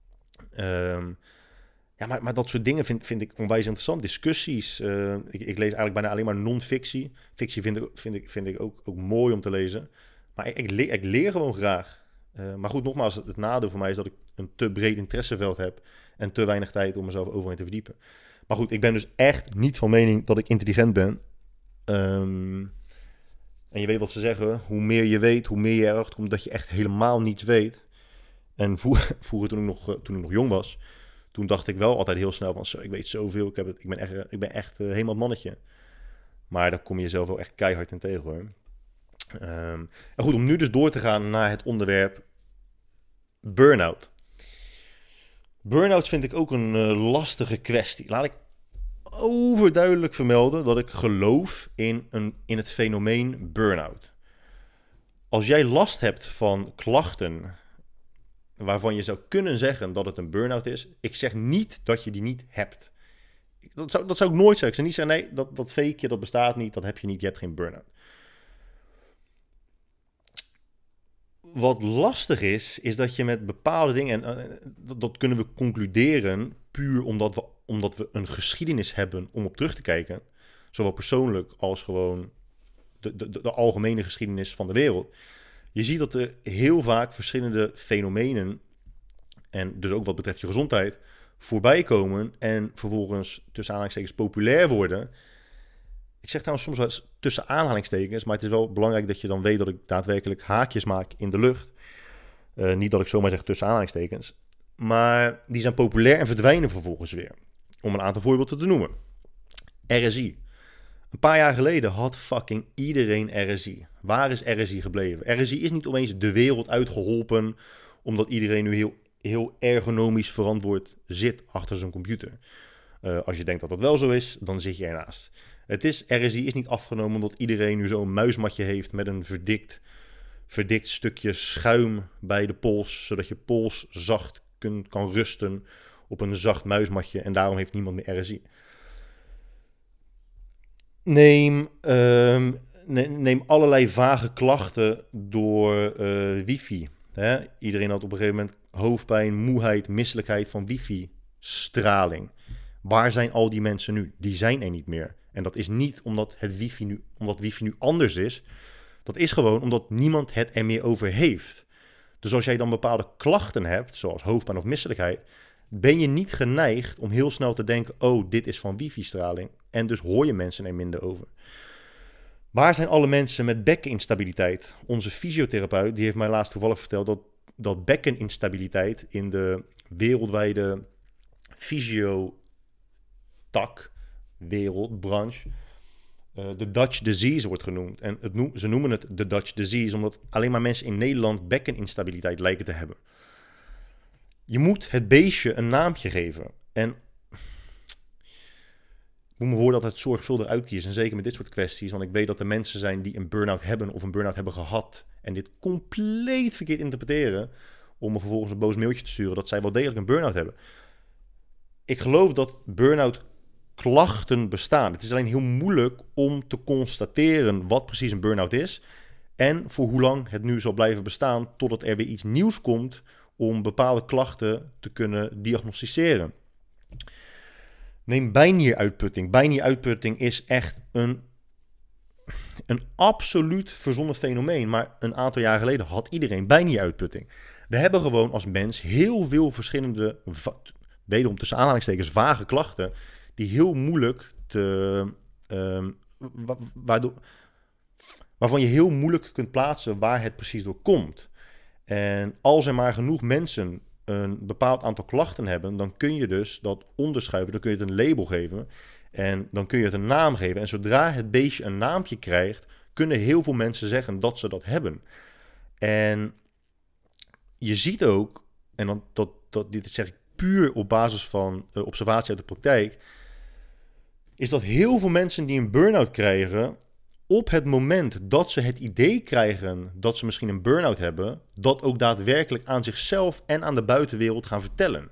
Um, ja, maar, maar dat soort dingen vind, vind ik onwijs interessant. Discussies. Uh, ik, ik lees eigenlijk bijna alleen maar non-fictie. Fictie vind ik, vind ik, vind ik ook, ook mooi om te lezen. Maar ik, ik, leer, ik leer gewoon graag. Uh, maar goed, nogmaals, het, het nadeel voor mij is dat ik een te breed interesseveld heb en te weinig tijd om mezelf overheen te verdiepen. Maar goed, ik ben dus echt niet van mening dat ik intelligent ben. Um, en je weet wat ze zeggen, hoe meer je weet, hoe meer je erachter komt dat je echt helemaal niets weet. En vroeger, vroeger toen, ik nog, toen ik nog jong was, toen dacht ik wel altijd heel snel van, zo, ik weet zoveel, ik, heb het, ik ben echt, ik ben echt uh, helemaal het mannetje. Maar daar kom je jezelf wel echt keihard in tegen, hoor. Um, en goed, om nu dus door te gaan naar het onderwerp burn-out. Burn-out vind ik ook een uh, lastige kwestie. Laat ik overduidelijk vermelden dat ik geloof in, een, in het fenomeen burn-out. Als jij last hebt van klachten waarvan je zou kunnen zeggen dat het een burn-out is, ik zeg niet dat je die niet hebt. Dat zou, dat zou ik nooit zeggen. Ik zou niet zeggen, nee, dat, dat fake je, dat bestaat niet, dat heb je niet, je hebt geen burn-out. Wat lastig is, is dat je met bepaalde dingen, en uh, dat, dat kunnen we concluderen puur omdat we, omdat we een geschiedenis hebben om op terug te kijken, zowel persoonlijk als gewoon de, de, de algemene geschiedenis van de wereld. Je ziet dat er heel vaak verschillende fenomenen, en dus ook wat betreft je gezondheid, voorbij komen en vervolgens tussen aanhalingstekens populair worden. Ik zeg trouwens soms wel eens tussen aanhalingstekens, maar het is wel belangrijk dat je dan weet dat ik daadwerkelijk haakjes maak in de lucht. Uh, niet dat ik zomaar zeg tussen aanhalingstekens. Maar die zijn populair en verdwijnen vervolgens weer. Om een aantal voorbeelden te noemen. R S I. Een paar jaar geleden had fucking iedereen R S I. Waar is R S I gebleven? R S I is niet opeens de wereld uitgeholpen omdat iedereen nu heel, heel ergonomisch verantwoord zit achter zijn computer. Uh, als je denkt dat dat wel zo is, dan zit je ernaast. Het is, R S I is niet afgenomen omdat iedereen nu zo'n muismatje heeft met een verdikt, verdikt stukje schuim bij de pols, zodat je pols zacht kun, kan rusten op een zacht muismatje en daarom heeft niemand meer R S I. Neem, um, neem allerlei vage klachten door uh, wifi. Hè? Iedereen had op een gegeven moment hoofdpijn, moeheid, misselijkheid van wifi-straling. Waar zijn al die mensen nu? Die zijn er niet meer. En dat is niet omdat het wifi nu, omdat wifi nu anders is. Dat is gewoon omdat niemand het er meer over heeft. Dus als jij dan bepaalde klachten hebt, zoals hoofdpijn of misselijkheid, ben je niet geneigd om heel snel te denken, oh, dit is van wifi-straling. En dus hoor je mensen er minder over. Waar zijn alle mensen met bekkeninstabiliteit? Onze fysiotherapeut die heeft mij laatst toevallig verteld dat, dat bekkeninstabiliteit in de wereldwijde fysio-tak, wereld, branche, uh, de Dutch disease wordt genoemd. En het noem, ze noemen het de Dutch disease omdat alleen maar mensen in Nederland bekkeninstabiliteit lijken te hebben. Je moet het beestje een naampje geven. En ik moet me voor dat het zorgvuldig uitkiezen. En zeker met dit soort kwesties. Want ik weet dat er mensen zijn die een burn-out hebben of een burn-out hebben gehad. En dit compleet verkeerd interpreteren. Om me vervolgens een boos mailtje te sturen dat zij wel degelijk een burn-out hebben. Ik geloof dat burn-out klachten bestaan. Het is alleen heel moeilijk om te constateren wat precies een burn-out is en voor hoe lang het nu zal blijven bestaan totdat er weer iets nieuws komt om bepaalde klachten te kunnen diagnosticeren. Neem bijnieruitputting. Bijnieruitputting is echt een, een absoluut verzonnen fenomeen, maar een aantal jaar geleden had iedereen bijnieruitputting. We hebben gewoon als mens heel veel verschillende, wederom tussen aanhalingstekens, vage klachten die heel moeilijk te, um, waardoor, waarvan je heel moeilijk kunt plaatsen waar het precies door komt. En als er maar genoeg mensen een bepaald aantal klachten hebben, dan kun je dus dat onderschuiven, dan kun je het een label geven en dan kun je het een naam geven. En zodra het beestje een naampje krijgt, kunnen heel veel mensen zeggen dat ze dat hebben. En je ziet ook, en dan, dat, dat, dit zeg ik puur op basis van uh, observatie uit de praktijk, is dat heel veel mensen die een burn-out krijgen, op het moment dat ze het idee krijgen dat ze misschien een burn-out hebben, dat ook daadwerkelijk aan zichzelf en aan de buitenwereld gaan vertellen.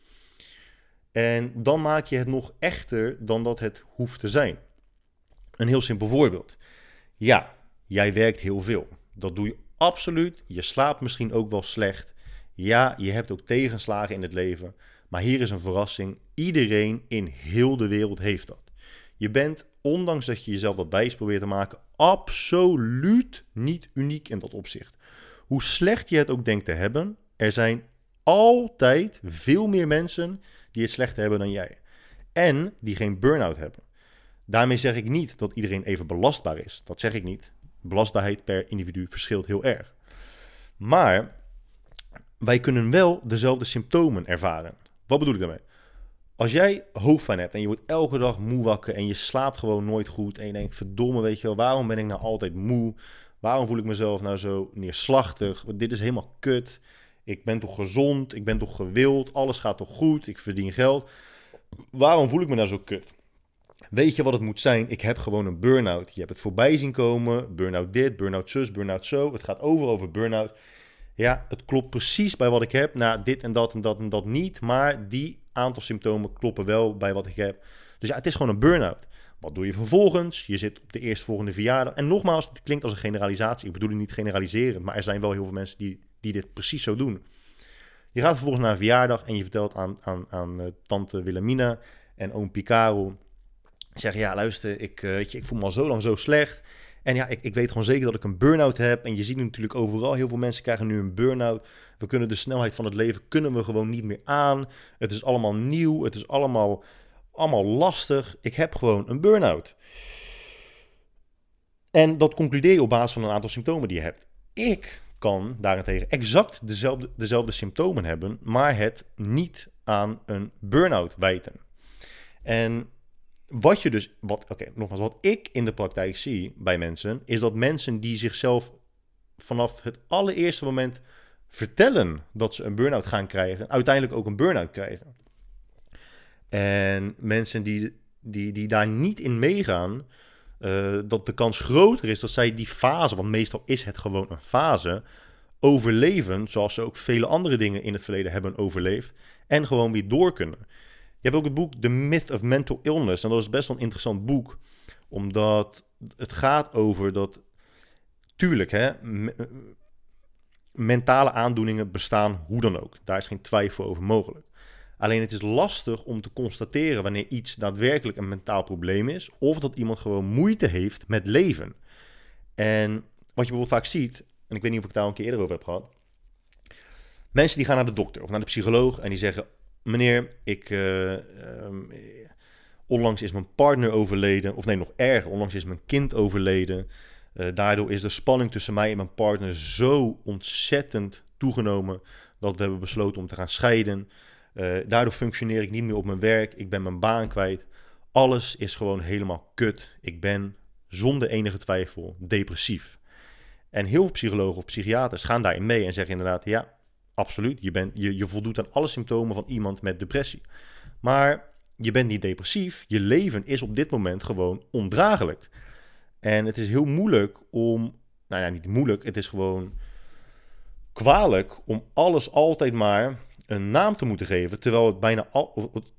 En dan maak je het nog echter dan dat het hoeft te zijn. Een heel simpel voorbeeld. Ja, jij werkt heel veel. Dat doe je absoluut. Je slaapt misschien ook wel slecht. Ja, je hebt ook tegenslagen in het leven. Maar hier is een verrassing. Iedereen in heel de wereld heeft dat. Je bent, ondanks dat je jezelf wat wijs probeert te maken, absoluut niet uniek in dat opzicht. Hoe slecht je het ook denkt te hebben, er zijn altijd veel meer mensen die het slechter hebben dan jij. En die geen burn-out hebben. Daarmee zeg ik niet dat iedereen even belastbaar is. Dat zeg ik niet. Belastbaarheid per individu verschilt heel erg. Maar wij kunnen wel dezelfde symptomen ervaren. Wat bedoel ik daarmee? Als jij hoofdpijn hebt en je wordt elke dag moe wakker en je slaapt gewoon nooit goed en je denkt, verdomme, weet je wel, waarom ben ik nou altijd moe? Waarom voel ik mezelf nou zo neerslachtig? Dit is helemaal kut. Ik ben toch gezond? Ik ben toch gewild? Alles gaat toch goed? Ik verdien geld. Waarom voel ik me nou zo kut? Weet je wat het moet zijn? Ik heb gewoon een burn-out. Je hebt het voorbij zien komen. Burn-out dit, burn-out zus, burn-out zo. Het gaat overal over burn-out. Ja, het klopt precies bij wat ik heb. Nou, dit en dat en dat en dat niet. Maar die aantal symptomen kloppen wel bij wat ik heb. Dus ja, het is gewoon een burn-out. Wat doe je vervolgens? Je zit op de eerstvolgende verjaardag. En nogmaals, het klinkt als een generalisatie. Ik bedoel het niet generaliseren. Maar er zijn wel heel veel mensen die, die dit precies zo doen. Je gaat vervolgens naar een verjaardag en je vertelt aan, aan, aan uh, tante Wilhelmina en oom Picaro. Zeg, ja, luister, ik, uh, weet je, ik voel me al zo lang zo slecht. En ja, ik, ik weet gewoon zeker dat ik een burn-out heb. En je ziet natuurlijk overal, heel veel mensen krijgen nu een burn-out. We kunnen de snelheid van het leven, kunnen we gewoon niet meer aan. Het is allemaal nieuw, het is allemaal, allemaal lastig. Ik heb gewoon een burn-out. En dat concludeer je op basis van een aantal symptomen die je hebt. Ik kan daarentegen exact dezelfde, dezelfde symptomen hebben, maar het niet aan een burn-out wijten. En wat je dus, wat, oké, okay, nogmaals, wat ik in de praktijk zie bij mensen, is dat mensen die zichzelf vanaf het allereerste moment vertellen dat ze een burn-out gaan krijgen, uiteindelijk ook een burn-out krijgen. En mensen die, die, die daar niet in meegaan, uh, dat de kans groter is dat zij die fase, want meestal is het gewoon een fase, overleven, zoals ze ook vele andere dingen in het verleden hebben overleefd, en gewoon weer door kunnen. Je hebt ook het boek The Myth of Mental Illness. En dat is best wel een interessant boek. Omdat het gaat over dat, tuurlijk, hè, me, mentale aandoeningen bestaan hoe dan ook. Daar is geen twijfel over mogelijk. Alleen het is lastig om te constateren wanneer iets daadwerkelijk een mentaal probleem is. Of dat iemand gewoon moeite heeft met leven. En wat je bijvoorbeeld vaak ziet, en ik weet niet of ik daar al een keer eerder over heb gehad. Mensen die gaan naar de dokter of naar de psycholoog en die zeggen, meneer, ik, uh, um, onlangs is mijn partner overleden. Of nee, nog erger, onlangs is mijn kind overleden. Uh, daardoor is de spanning tussen mij en mijn partner zo ontzettend toegenomen dat we hebben besloten om te gaan scheiden. Uh, daardoor functioneer ik niet meer op mijn werk. Ik ben mijn baan kwijt. Alles is gewoon helemaal kut. Ik ben zonder enige twijfel depressief. En heel veel psychologen of psychiaters gaan daarin mee en zeggen inderdaad, ja, absoluut. Je, bent, je, je voldoet aan alle symptomen van iemand met depressie. Maar je bent niet depressief. Je leven is op dit moment gewoon ondraaglijk. En het is heel moeilijk om, nou ja, niet moeilijk, het is gewoon kwalijk om alles altijd maar een naam te moeten geven, terwijl het bijna al,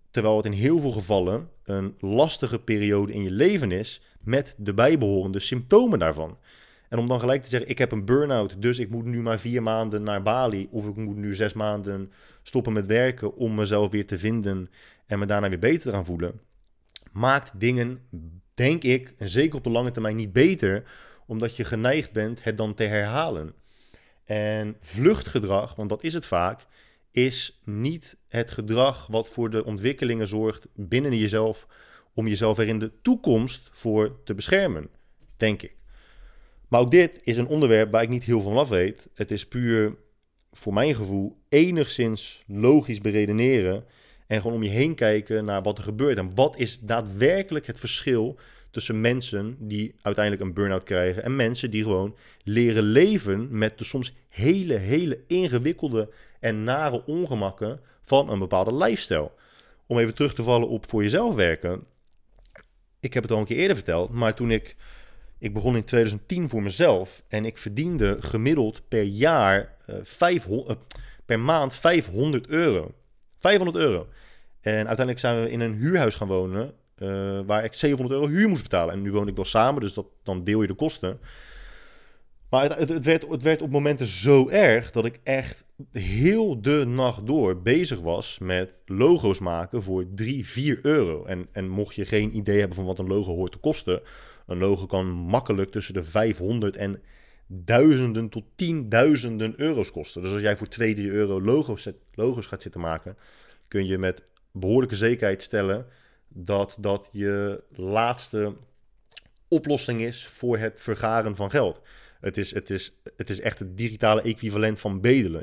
terwijl het in heel veel gevallen een lastige periode in je leven is met de bijbehorende symptomen daarvan. En om dan gelijk te zeggen, ik heb een burn-out, dus ik moet nu maar vier maanden naar Bali, of ik moet nu zes maanden stoppen met werken om mezelf weer te vinden en me daarna weer beter te gaan voelen, maakt dingen, denk ik, en zeker op de lange termijn niet beter, omdat je geneigd bent het dan te herhalen. En vluchtgedrag, want dat is het vaak, is niet het gedrag wat voor de ontwikkelingen zorgt binnen jezelf om jezelf er in de toekomst voor te beschermen, denk ik. Maar ook dit is een onderwerp waar ik niet heel veel van af weet. Het is puur, voor mijn gevoel, enigszins logisch beredeneren en gewoon om je heen kijken naar wat er gebeurt. En wat is daadwerkelijk het verschil tussen mensen die uiteindelijk een burn-out krijgen en mensen die gewoon leren leven met de soms hele, hele ingewikkelde en nare ongemakken van een bepaalde lifestyle. Om even terug te vallen op voor jezelf werken. Ik heb het al een keer eerder verteld, maar toen ik... Ik begon in twintig tien voor mezelf en ik verdiende gemiddeld per jaar, uh, vijfhonderd, uh, per maand vijfhonderd euro. vijfhonderd euro. En uiteindelijk zijn we in een huurhuis gaan wonen uh, waar ik zevenhonderd euro huur moest betalen. En nu woon ik wel samen, dus dat, dan deel je de kosten. Maar het, het, het, werd, het werd op momenten zo erg dat ik echt heel de nacht door bezig was met logo's maken voor drie, vier euro. En, en mocht je geen idee hebben van wat een logo hoort te kosten... Een logo kan makkelijk tussen de vijfhonderd en duizenden tot tienduizenden euro's kosten. Dus als jij voor twee, drie euro logo's, logo's gaat zitten maken, kun je met behoorlijke zekerheid stellen dat dat je laatste oplossing is voor het vergaren van geld. Het is, het is, het is echt het digitale equivalent van bedelen.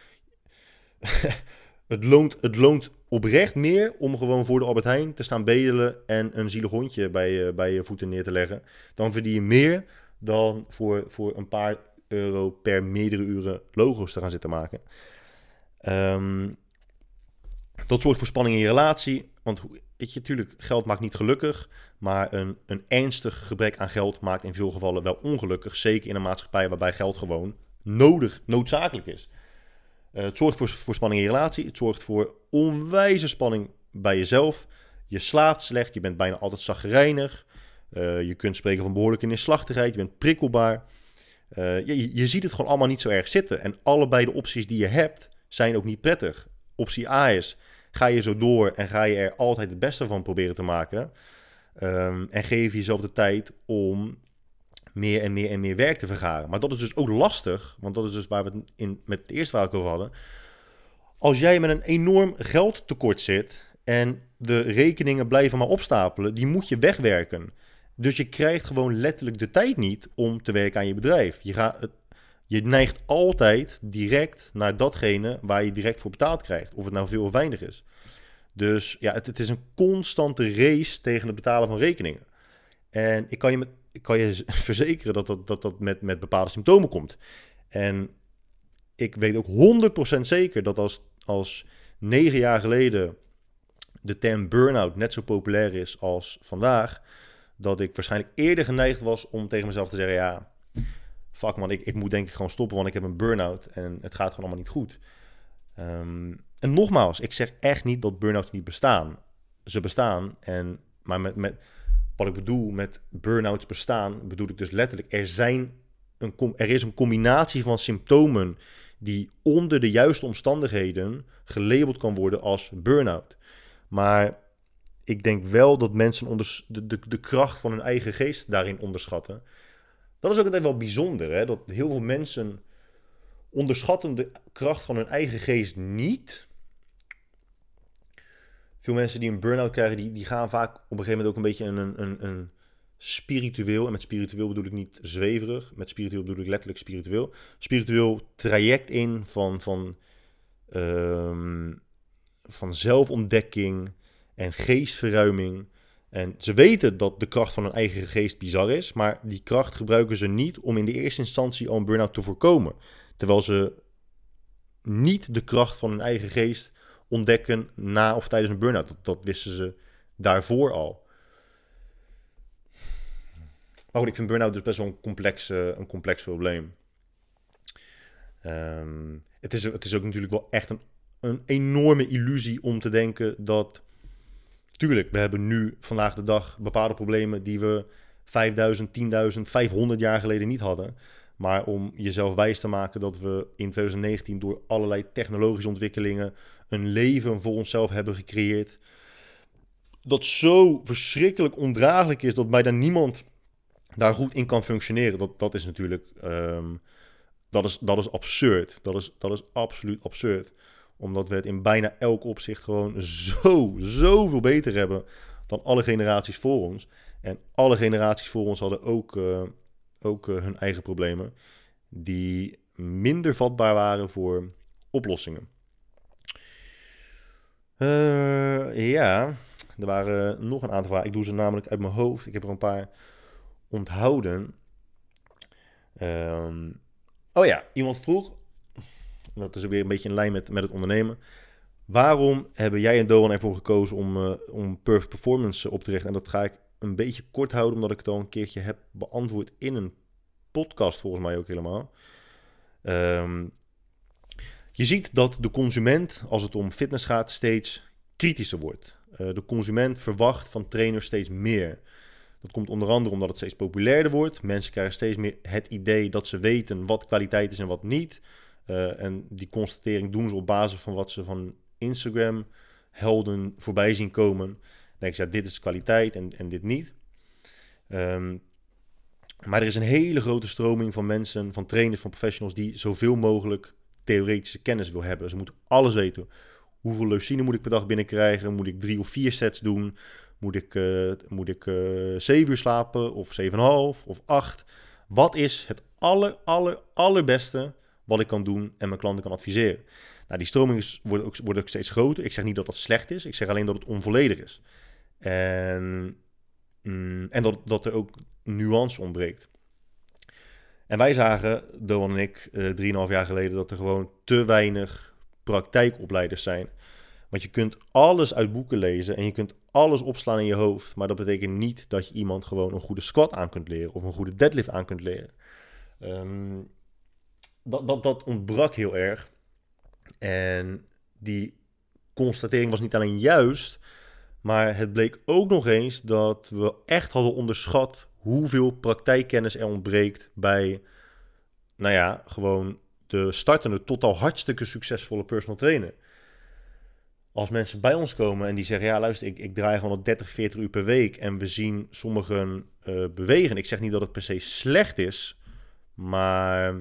Het loont, het loont oprecht meer om gewoon voor de Albert Heijn te staan bedelen en een zielig hondje bij je, bij je voeten neer te leggen. Dan verdien je meer dan voor, voor een paar euro per meerdere uren logo's te gaan zitten maken. Um, dat soort voorspanning in je relatie. Want weet je, natuurlijk, geld maakt niet gelukkig. Maar een, een ernstig gebrek aan geld maakt in veel gevallen wel ongelukkig. Zeker in een maatschappij waarbij geld gewoon nodig, noodzakelijk is. Uh, het zorgt voor, voor spanning in je relatie. Het zorgt voor onwijze spanning bij jezelf. Je slaapt slecht. Je bent bijna altijd chagrijnig. Uh, je kunt spreken van behoorlijke neerslachtigheid. Je bent prikkelbaar. Uh, je, je ziet het gewoon allemaal niet zo erg zitten. En allebei de opties die je hebt zijn ook niet prettig. Optie A is, ga je zo door en ga je er altijd het beste van proberen te maken. Um, en geef jezelf de tijd om meer en meer en meer werk te vergaren. Maar dat is dus ook lastig, want dat is dus waar we het in, met het eerste waar ik over hadden. Als jij met een enorm geldtekort zit en de rekeningen blijven maar opstapelen, die moet je wegwerken. Dus je krijgt gewoon letterlijk de tijd niet om te werken aan je bedrijf. Je, gaat, je neigt altijd direct naar datgene waar je direct voor betaald krijgt. Of het nou veel of weinig is. Dus ja, het, het is een constante race tegen het betalen van rekeningen. En ik kan je, met, ik kan je verzekeren dat dat, dat, dat met, met bepaalde symptomen komt. En ik weet ook honderd procent zeker dat als, als negen jaar geleden de term burn-out net zo populair is als vandaag, dat ik waarschijnlijk eerder geneigd was om tegen mezelf te zeggen, ja, fuck man, ik, ik moet denk ik gewoon stoppen, want ik heb een burn-out en het gaat gewoon allemaal niet goed. Um, en nogmaals, ik zeg echt niet dat burn-outs niet bestaan. Ze bestaan, en, maar met, met, wat ik bedoel met burn-outs bestaan, bedoel ik dus letterlijk, er, zijn een, er is een combinatie van symptomen die onder de juiste omstandigheden gelabeld kan worden als burn-out. Maar ik denk wel dat mensen onder, de, de, de kracht van hun eigen geest daarin onderschatten. Dat is ook altijd wel bijzonder, hè? Dat heel veel mensen onderschatten de kracht van hun eigen geest niet. Veel mensen die een burn-out krijgen, die, die gaan vaak op een gegeven moment ook een beetje een, een, een spiritueel, en met spiritueel bedoel ik niet zweverig, met spiritueel bedoel ik letterlijk spiritueel, spiritueel traject in van, van, um, van zelfontdekking en geestverruiming. En ze weten dat de kracht van hun eigen geest bizar is, maar die kracht gebruiken ze niet om in de eerste instantie al een burn-out te voorkomen. Terwijl ze niet de kracht van hun eigen geest ontdekken na of tijdens een burn-out. Dat, dat wisten ze daarvoor al. Maar goed, ik vind burn-out dus best wel een complex, uh, een complex probleem. Um, het, is, het is ook natuurlijk wel echt een, een enorme illusie om te denken dat tuurlijk, we hebben nu vandaag de dag bepaalde problemen die we vijfduizend, tienduizend, vijfhonderd jaar geleden niet hadden. Maar om jezelf wijs te maken dat we in twintig negentien door allerlei technologische ontwikkelingen een leven voor onszelf hebben gecreëerd. Dat zo verschrikkelijk ondraaglijk is dat bijna niemand daar goed in kan functioneren. Dat, dat is natuurlijk, um, dat is, dat is absurd. Dat is, dat is absoluut absurd. Omdat we het in bijna elk opzicht gewoon zo, zoveel beter hebben dan alle generaties voor ons. En alle generaties voor ons hadden ook, uh, ook uh, hun eigen problemen. Die minder vatbaar waren voor oplossingen. Uh, ja, er waren nog een aantal vragen. Ik doe ze namelijk uit mijn hoofd. Ik heb er een paar onthouden. Um, oh ja, iemand vroeg, dat is ook weer een beetje in lijn met, met het ondernemen. Waarom hebben jij en Doan ervoor gekozen om, uh, om Perfect Performance op te richten? En dat ga ik een beetje kort houden, omdat ik het al een keertje heb beantwoord in een podcast, volgens mij ook helemaal. Um, je ziet dat de consument, als het om fitness gaat, steeds kritischer wordt. Uh, de consument verwacht van trainers steeds meer. Dat komt onder andere omdat het steeds populairder wordt. Mensen krijgen steeds meer het idee dat ze weten wat kwaliteit is en wat niet. Uh, en die constatering doen ze op basis van wat ze van Instagram helden voorbij zien komen. Dan denk ze, ja, dit is kwaliteit en, en dit niet. Um, maar er is een hele grote stroming van mensen, van trainers, van professionals die zoveel mogelijk theoretische kennis wil hebben. Ze moeten alles weten. Hoeveel leucine moet ik per dag binnenkrijgen? Moet ik drie of vier sets doen? Moet ik, uh, moet ik uh, zeven uur slapen of zeven komma vijf of acht? Wat is het aller, aller, allerbeste wat ik kan doen en mijn klanten kan adviseren? Nou, die stroming wordt ook, wordt ook steeds groter. Ik zeg niet dat dat slecht is. Ik zeg alleen dat het onvolledig is. En, mm, en dat, dat er ook nuance ontbreekt. En wij zagen, Doan en ik, uh, drieënhalf jaar geleden, dat er gewoon te weinig praktijkopleiders zijn. Want je kunt alles uit boeken lezen en je kunt alles opslaan in je hoofd. Maar dat betekent niet dat je iemand gewoon een goede squat aan kunt leren of een goede deadlift aan kunt leren. Um, dat, dat, dat ontbrak heel erg. En die constatering was niet alleen juist, maar het bleek ook nog eens dat we echt hadden onderschat hoeveel praktijkkennis er ontbreekt bij, nou ja, gewoon de startende tot al hartstikke succesvolle personal trainer. Als mensen bij ons komen en die zeggen, ja luister, ik, ik draai gewoon al dertig, veertig uur per week en we zien sommigen uh, bewegen. Ik zeg niet dat het per se slecht is, maar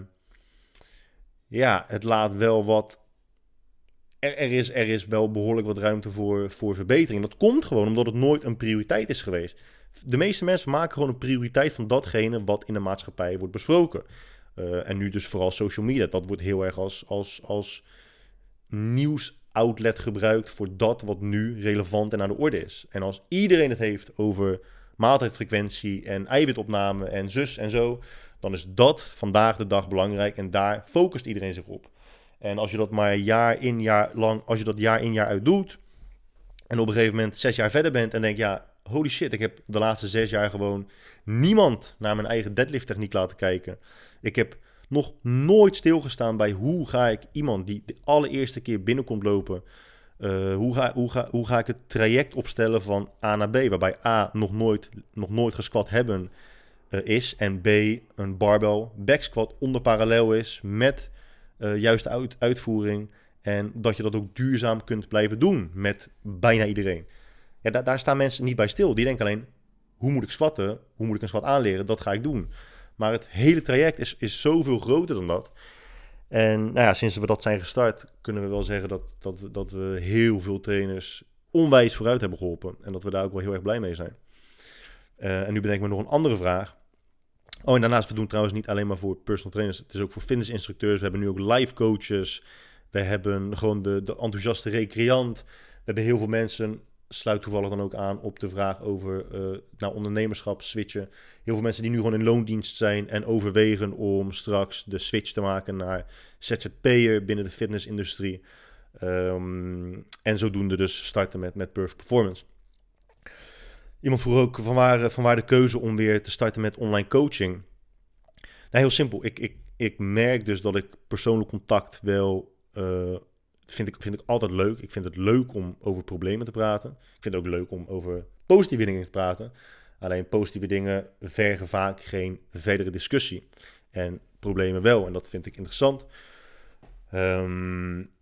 ja, het laat wel wat, er, er, is, er is wel behoorlijk wat ruimte voor, voor verbetering. Dat komt gewoon omdat het nooit een prioriteit is geweest. De meeste mensen maken gewoon een prioriteit van datgene wat in de maatschappij wordt besproken. Uh, en nu dus vooral social media. Dat wordt heel erg als, als, als nieuwsoutlet gebruikt voor dat wat nu relevant en aan de orde is. En als iedereen het heeft over maaltijdfrequentie en eiwitopname en zus en zo, dan is dat vandaag de dag belangrijk en daar focust iedereen zich op. En als je dat maar jaar in jaar lang, als je dat jaar in jaar uit doet en op een gegeven moment zes jaar verder bent en denkt, ja, holy shit, ik heb de laatste zes jaar gewoon niemand naar mijn eigen deadlift techniek laten kijken. Ik heb nog nooit stilgestaan bij hoe ga ik iemand die de allereerste keer binnenkomt lopen, uh, hoe, ga, hoe, ga, hoe ga ik het traject opstellen van A naar B, waarbij A nog nooit, nog nooit gesquat hebben uh, is en B een barbell back squat onder parallel is met uh, juiste uit, uitvoering en dat je dat ook duurzaam kunt blijven doen met bijna iedereen. Ja, daar, daar staan mensen niet bij stil. Die denken alleen, hoe moet ik squatten? Hoe moet ik een squat aanleren? Dat ga ik doen. Maar het hele traject is, is zoveel groter dan dat. En nou ja, sinds we dat zijn gestart, kunnen we wel zeggen dat, dat, we, dat we heel veel trainers onwijs vooruit hebben geholpen. En dat we daar ook wel heel erg blij mee zijn. Uh, en nu bedenk ik me nog een andere vraag. Oh, en daarnaast, we doen trouwens niet alleen maar voor personal trainers. Het is ook voor fitnessinstructeurs. We hebben nu ook live coaches. We hebben gewoon de, de enthousiaste recreant. We hebben heel veel mensen, sluit toevallig dan ook aan op de vraag over uh, naar ondernemerschap switchen. Heel veel mensen die nu gewoon in loondienst zijn en overwegen om straks de switch te maken naar Z Z P'er binnen de fitnessindustrie. Um, en zodoende dus starten met, met Perfect Performance. Iemand vroeg ook van waar, van waar de keuze om weer te starten met online coaching. Nou, heel simpel. Ik, ik, ik merk dus dat ik persoonlijk contact wel uh, vind ik, vind ik altijd leuk. Ik vind het leuk om over problemen te praten. Ik vind het ook leuk om over positieve dingen te praten. Alleen positieve dingen vergen vaak geen verdere discussie. En problemen wel. En dat vind ik interessant. Um,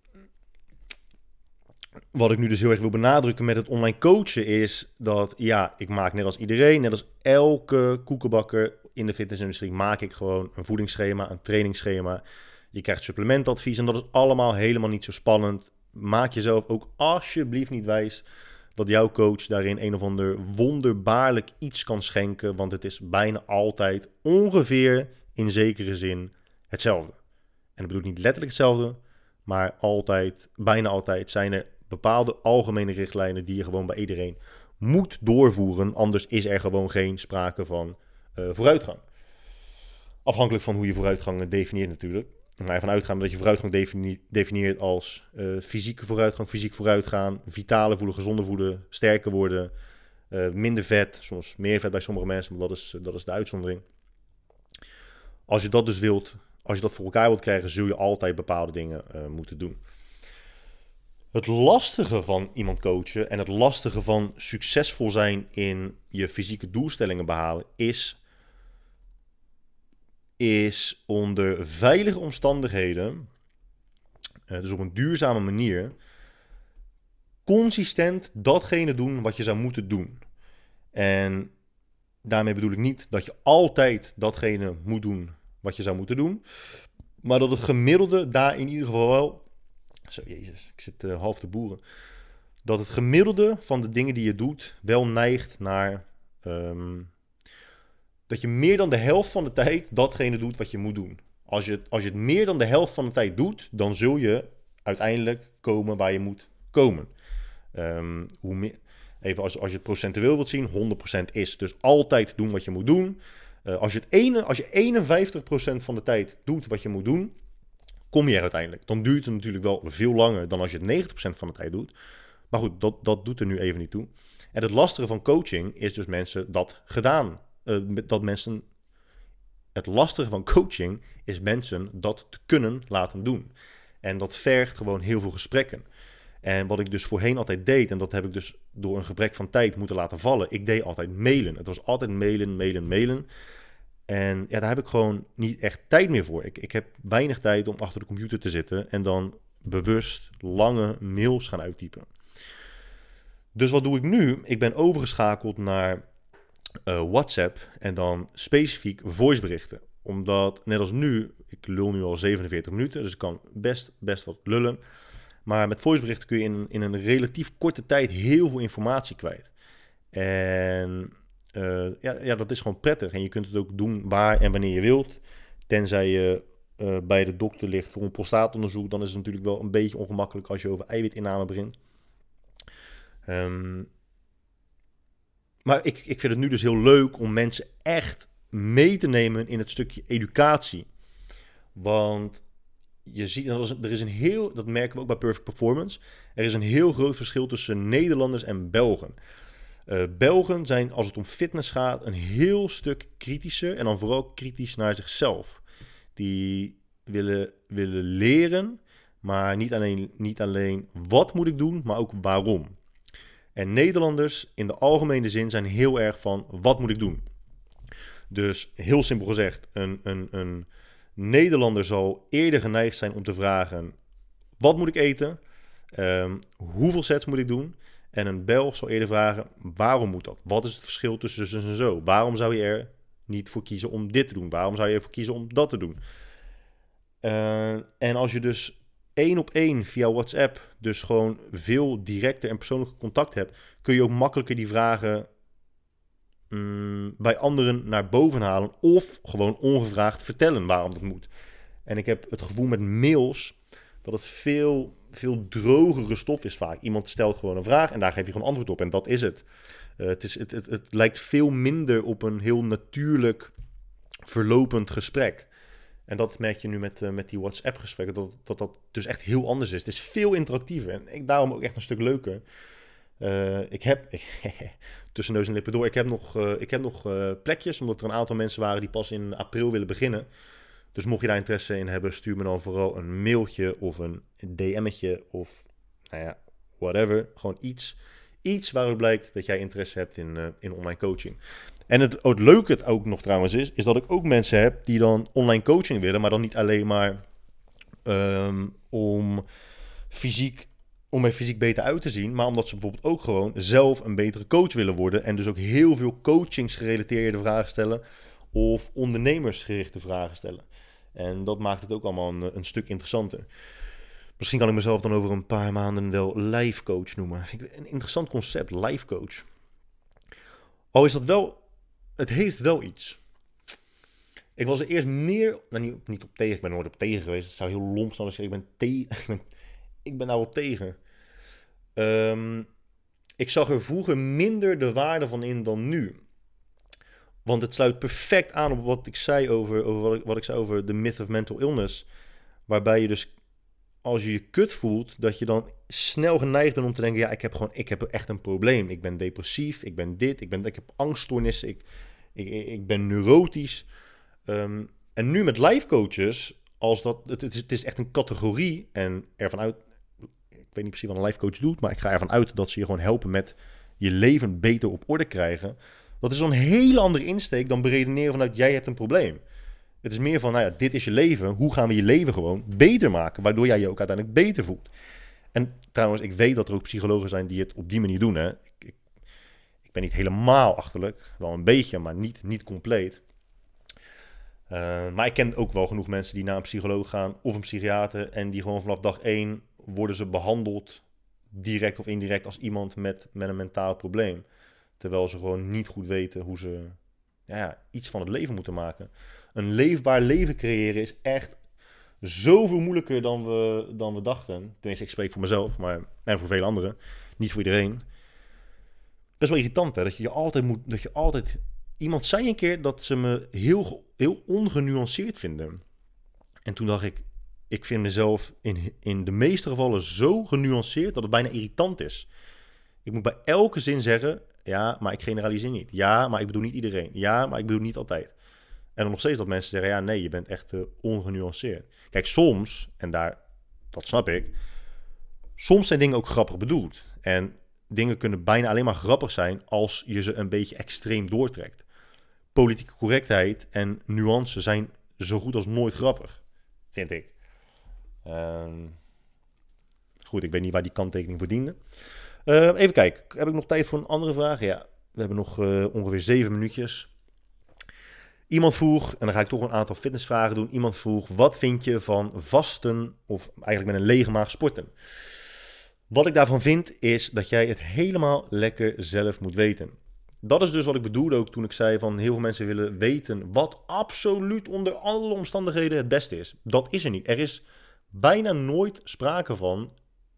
wat ik nu dus heel erg wil benadrukken met het online coachen is dat, ja, ik maak net als iedereen, net als elke koekenbakker in de fitnessindustrie, maak ik gewoon een voedingsschema, een trainingsschema. Je krijgt supplementadvies en dat is allemaal helemaal niet zo spannend. Maak jezelf ook alsjeblieft niet wijs dat jouw coach daarin een of ander wonderbaarlijk iets kan schenken, want het is bijna altijd ongeveer in zekere zin hetzelfde. En dat bedoel ik niet letterlijk hetzelfde, maar altijd, bijna altijd zijn er bepaalde algemene richtlijnen die je gewoon bij iedereen moet doorvoeren. Anders is er gewoon geen sprake van uh, vooruitgang. Afhankelijk van hoe je vooruitgang definieert natuurlijk. Maar ervan uitgaan dat je vooruitgang defini- definieert als uh, fysieke vooruitgang, fysiek vooruitgaan, vitale voelen, gezonder voelen, sterker worden, uh, minder vet, soms meer vet bij sommige mensen, maar dat is, dat is de uitzondering. Als je dat dus wilt, als je dat voor elkaar wilt krijgen, zul je altijd bepaalde dingen uh, moeten doen. Het lastige van iemand coachen en het lastige van succesvol zijn in je fysieke doelstellingen behalen is, is onder veilige omstandigheden, uh, dus op een duurzame manier, consistent datgene doen wat je zou moeten doen. En daarmee bedoel ik niet dat je altijd datgene moet doen wat je zou moeten doen, maar dat het gemiddelde daar in ieder geval wel... Zo, jezus, ik zit uh, half te boeren. Dat het gemiddelde van de dingen die je doet wel neigt naar... Um, dat je meer dan de helft van de tijd datgene doet wat je moet doen. Als je, als je het meer dan de helft van de tijd doet, dan zul je uiteindelijk komen waar je moet komen. Um, hoe meer, even als, als je het procentueel wilt zien, honderd procent is dus altijd doen wat je moet doen. Uh, als, je het ene, als je eenenvijftig procent van de tijd doet wat je moet doen, kom je er uiteindelijk. Dan duurt het natuurlijk wel veel langer dan als je het negentig procent van de tijd doet. Maar goed, dat, dat doet er nu even niet toe. En het lastige van coaching is dus mensen dat gedaan. Uh, dat mensen... Het lastige van coaching is mensen dat te kunnen laten doen. En dat vergt gewoon heel veel gesprekken. En wat ik dus voorheen altijd deed, en dat heb ik dus door een gebrek van tijd moeten laten vallen. Ik deed altijd mailen. Het was altijd mailen, mailen, mailen. En ja, daar heb ik gewoon niet echt tijd meer voor. Ik, ik heb weinig tijd om achter de computer te zitten en dan bewust lange mails gaan uittypen. Dus wat doe ik nu? Ik ben overgeschakeld naar uh, WhatsApp en dan specifiek voiceberichten. Omdat, net als nu, ik lul nu al zevenenveertig minuten, dus ik kan best, best wat lullen. Maar met voiceberichten kun je in, in een relatief korte tijd heel veel informatie kwijt. En uh, ja, ja, dat is gewoon prettig. En je kunt het ook doen waar en wanneer je wilt. Tenzij je uh, bij de dokter ligt voor een prostaatonderzoek, dan is het natuurlijk wel een beetje ongemakkelijk als je over eiwitinname begint. Um, maar ik, ik vind het nu dus heel leuk om mensen echt mee te nemen in het stukje educatie. Want je ziet, er is een heel, dat merken we ook bij Perfect Performance, er is een heel groot verschil tussen Nederlanders en Belgen. Uh, Belgen zijn, als het om fitness gaat, een heel stuk kritischer en dan vooral kritisch naar zichzelf. Die willen, willen leren, maar niet alleen, niet alleen wat moet ik doen, maar ook waarom. En Nederlanders in de algemene zin zijn heel erg van wat moet ik doen. Dus heel simpel gezegd, een, een, een Nederlander zal eerder geneigd zijn om te vragen wat moet ik eten, um, hoeveel sets moet ik doen. En een Belg zal eerder vragen, waarom moet dat? Wat is het verschil tussen zus en zo? Waarom zou je er niet voor kiezen om dit te doen? Waarom zou je ervoor kiezen om dat te doen? Uh, en als je dus één op één via WhatsApp dus gewoon veel directer en persoonlijker contact hebt, kun je ook makkelijker die vragen um, bij anderen naar boven halen of gewoon ongevraagd vertellen waarom dat moet. En ik heb het gevoel met mails dat het veel, veel drogere stof is vaak. Iemand stelt gewoon een vraag en daar geeft hij gewoon antwoord op en dat is het. Uh, het, is, het, het, het lijkt veel minder op een heel natuurlijk verlopend gesprek. En dat merk je nu met, uh, met die WhatsApp-gesprekken, dat, dat dat dus echt heel anders is. Het is veel interactiever en ik, daarom ook echt een stuk leuker. Uh, ik heb, tussen neus en lippen door, ik heb nog, uh, ik heb nog uh, plekjes, omdat er een aantal mensen waren die pas in april willen beginnen. Dus mocht je daar interesse in hebben, stuur me dan vooral een mailtje of een D M'tje of nou ja, whatever. Gewoon iets, iets waaruit blijkt dat jij interesse hebt in, uh, in online coaching. En het, het leuke het ook nog trouwens is, is dat ik ook mensen heb die dan online coaching willen, maar dan niet alleen maar um, om fysiek, om er fysiek beter uit te zien, maar omdat ze bijvoorbeeld ook gewoon zelf een betere coach willen worden en dus ook heel veel coachingsgerelateerde vragen stellen of ondernemersgerichte vragen stellen. En dat maakt het ook allemaal een, een stuk interessanter. Misschien kan ik mezelf dan over een paar maanden wel life coach noemen. Vind ik een interessant concept, life coach. Al is dat wel, het heeft wel iets. Ik was er eerst meer, nou niet, niet op tegen, ik ben er nooit op tegen geweest. Het zou heel lomp zijn als ik ben tegen, ik ben, ik ben daar op tegen. Um, ik zag er vroeger minder de waarde van in dan nu. Want het sluit perfect aan op wat ik zei over, over wat, ik, wat ik zei over de myth of mental illness. Waarbij je dus, als je je kut voelt, dat je dan snel geneigd bent om te denken, ja, ik heb gewoon, ik heb echt een probleem. Ik ben depressief, ik ben dit, ik, ben, ik heb angststoornissen, ik, ik, ik ben neurotisch. Um, en nu met life coaches, als dat, het, het, is, het is echt een categorie en ervan uit, ik weet niet precies wat een life coach doet, maar ik ga ervan uit dat ze je gewoon helpen met je leven beter op orde krijgen. Dat is zo'n hele andere insteek dan beredeneren vanuit jij hebt een probleem. Het is meer van, nou ja, dit is je leven. Hoe gaan we je leven gewoon beter maken, waardoor jij je ook uiteindelijk beter voelt. En trouwens, ik weet dat er ook psychologen zijn die het op die manier doen. Hè. Ik, ik, ik ben niet helemaal achterlijk, wel een beetje, maar niet, niet compleet. Uh, maar ik ken ook wel genoeg mensen die naar een psycholoog gaan of een psychiater en die gewoon vanaf dag één worden ze behandeld, direct of indirect, als iemand met, met een mentaal probleem. Terwijl ze gewoon niet goed weten hoe ze ja, iets van het leven moeten maken. Een leefbaar leven creëren is echt zoveel moeilijker dan we, dan we dachten. Tenminste, ik spreek voor mezelf, maar en voor vele anderen. Niet voor iedereen. Best wel irritant, hè? Dat je, je altijd moet, dat je altijd... Iemand zei een keer dat ze me heel, heel ongenuanceerd vinden. En toen dacht ik, ik vind mezelf in, in de meeste gevallen zo genuanceerd dat het bijna irritant is. Ik moet bij elke zin zeggen, ja, maar ik generaliseer niet. Ja, maar ik bedoel niet iedereen. Ja, maar ik bedoel niet altijd. En dan nog steeds dat mensen zeggen, ja, nee, je bent echt uh, ongenuanceerd. Kijk, soms, en daar, dat snap ik, soms zijn dingen ook grappig bedoeld. En dingen kunnen bijna alleen maar grappig zijn als je ze een beetje extreem doortrekt. Politieke correctheid en nuance zijn zo goed als nooit grappig, vind ik. Um, goed, ik weet niet waar die kanttekening voor diende. Uh, even kijken, heb ik nog tijd voor een andere vraag? Ja, we hebben nog uh, ongeveer zeven minuutjes. Iemand vroeg, en dan ga ik toch een aantal fitnessvragen doen. Iemand vroeg, wat vind je van vasten of eigenlijk met een lege maag sporten? Wat ik daarvan vind, is dat jij het helemaal lekker zelf moet weten. Dat is dus wat ik bedoelde ook toen ik zei van heel veel mensen willen weten wat absoluut onder alle omstandigheden het beste is. Dat is er niet. Er is bijna nooit sprake van...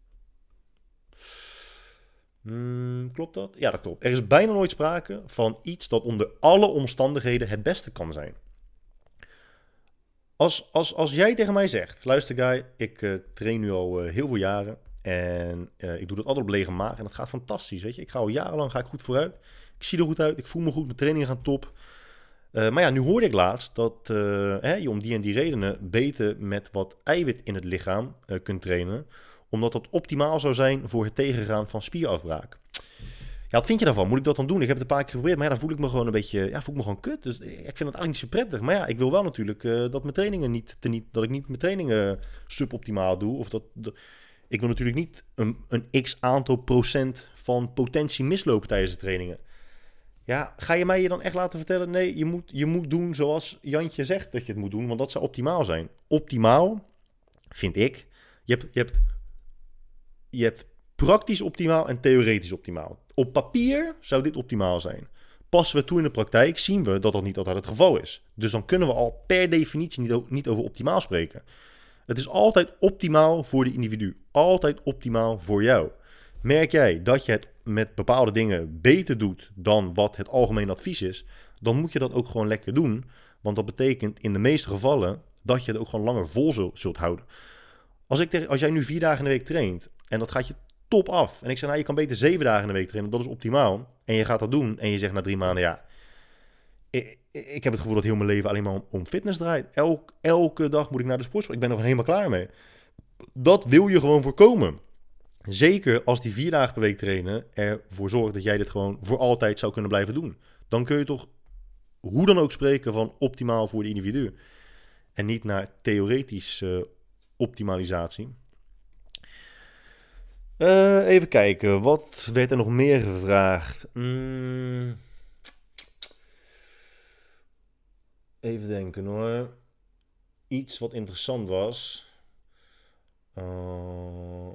Hmm, klopt dat? Ja, dat klopt. Er is bijna nooit sprake van iets dat onder alle omstandigheden het beste kan zijn. Als, als, als jij tegen mij zegt, luister guy, ik uh, train nu al uh, heel veel jaren en uh, ik doe dat altijd op lege maag en dat gaat fantastisch, weet je. Ik ga al jarenlang ga ik goed vooruit, ik zie er goed uit, ik voel me goed, mijn trainingen gaan top. Uh, maar ja, nu hoorde ik laatst dat uh, hè, je om die en die redenen beter met wat eiwit in het lichaam uh, kunt trainen, omdat dat optimaal zou zijn voor het tegengaan van spierafbraak. Ja, wat vind je daarvan? Moet ik dat dan doen? Ik heb het een paar keer geprobeerd, maar ja, dan voel ik me gewoon een beetje, ja, voel ik me gewoon kut. Dus ik vind het eigenlijk niet zo prettig. Maar ja, ik wil wel natuurlijk uh, dat mijn trainingen niet, te niet, dat ik niet mijn trainingen suboptimaal doe. Of dat, dat ik wil natuurlijk niet een, een x aantal procent van potentie mislopen tijdens de trainingen. Ja, ga je mij je dan echt laten vertellen? Nee, je moet, je moet doen zoals Jantje zegt dat je het moet doen, want dat zou optimaal zijn. Optimaal, vind ik. Je hebt, je hebt, je hebt praktisch optimaal en theoretisch optimaal. Op papier zou dit optimaal zijn. Passen we toe in de praktijk, zien we dat dat niet altijd het geval is. Dus dan kunnen we al per definitie niet, niet over optimaal spreken. Het is altijd optimaal voor de individu. Altijd optimaal voor jou. Merk jij dat je het met bepaalde dingen beter doet dan wat het algemeen advies is, dan moet je dat ook gewoon lekker doen. Want dat betekent in de meeste gevallen dat je het ook gewoon langer vol zult, zult houden. Als, ik, als jij nu vier dagen in de week traint en dat gaat je top af. En ik zeg, nou, je kan beter zeven dagen in de week trainen, dat is optimaal. En je gaat dat doen en je zegt na drie maanden, ja, ik, ik heb het gevoel dat heel mijn leven alleen maar om, om fitness draait. Elk, elke dag moet ik naar de sportschool. Ik ben er gewoon helemaal klaar mee. Dat wil je gewoon voorkomen. Zeker als die vier dagen per week trainen ervoor zorgt dat jij dit gewoon voor altijd zou kunnen blijven doen. Dan kun je toch hoe dan ook spreken van optimaal voor de individu. En niet naar theoretische uh, optimalisatie. Uh, even kijken, wat werd er nog meer gevraagd? Mm. Even denken hoor. Iets wat interessant was. Uh,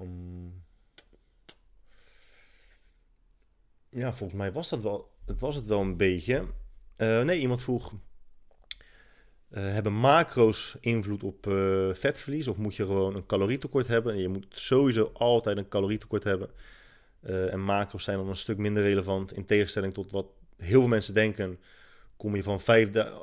ja, volgens mij was dat wel, het was het wel een beetje. Uh, nee, iemand vroeg... Uh, hebben macro's invloed op uh, vetverlies? Of moet je gewoon een calorietekort hebben? En je moet sowieso altijd een calorietekort hebben. Uh, en macro's zijn dan een stuk minder relevant. In tegenstelling tot wat heel veel mensen denken. Kom je van vijfduizend...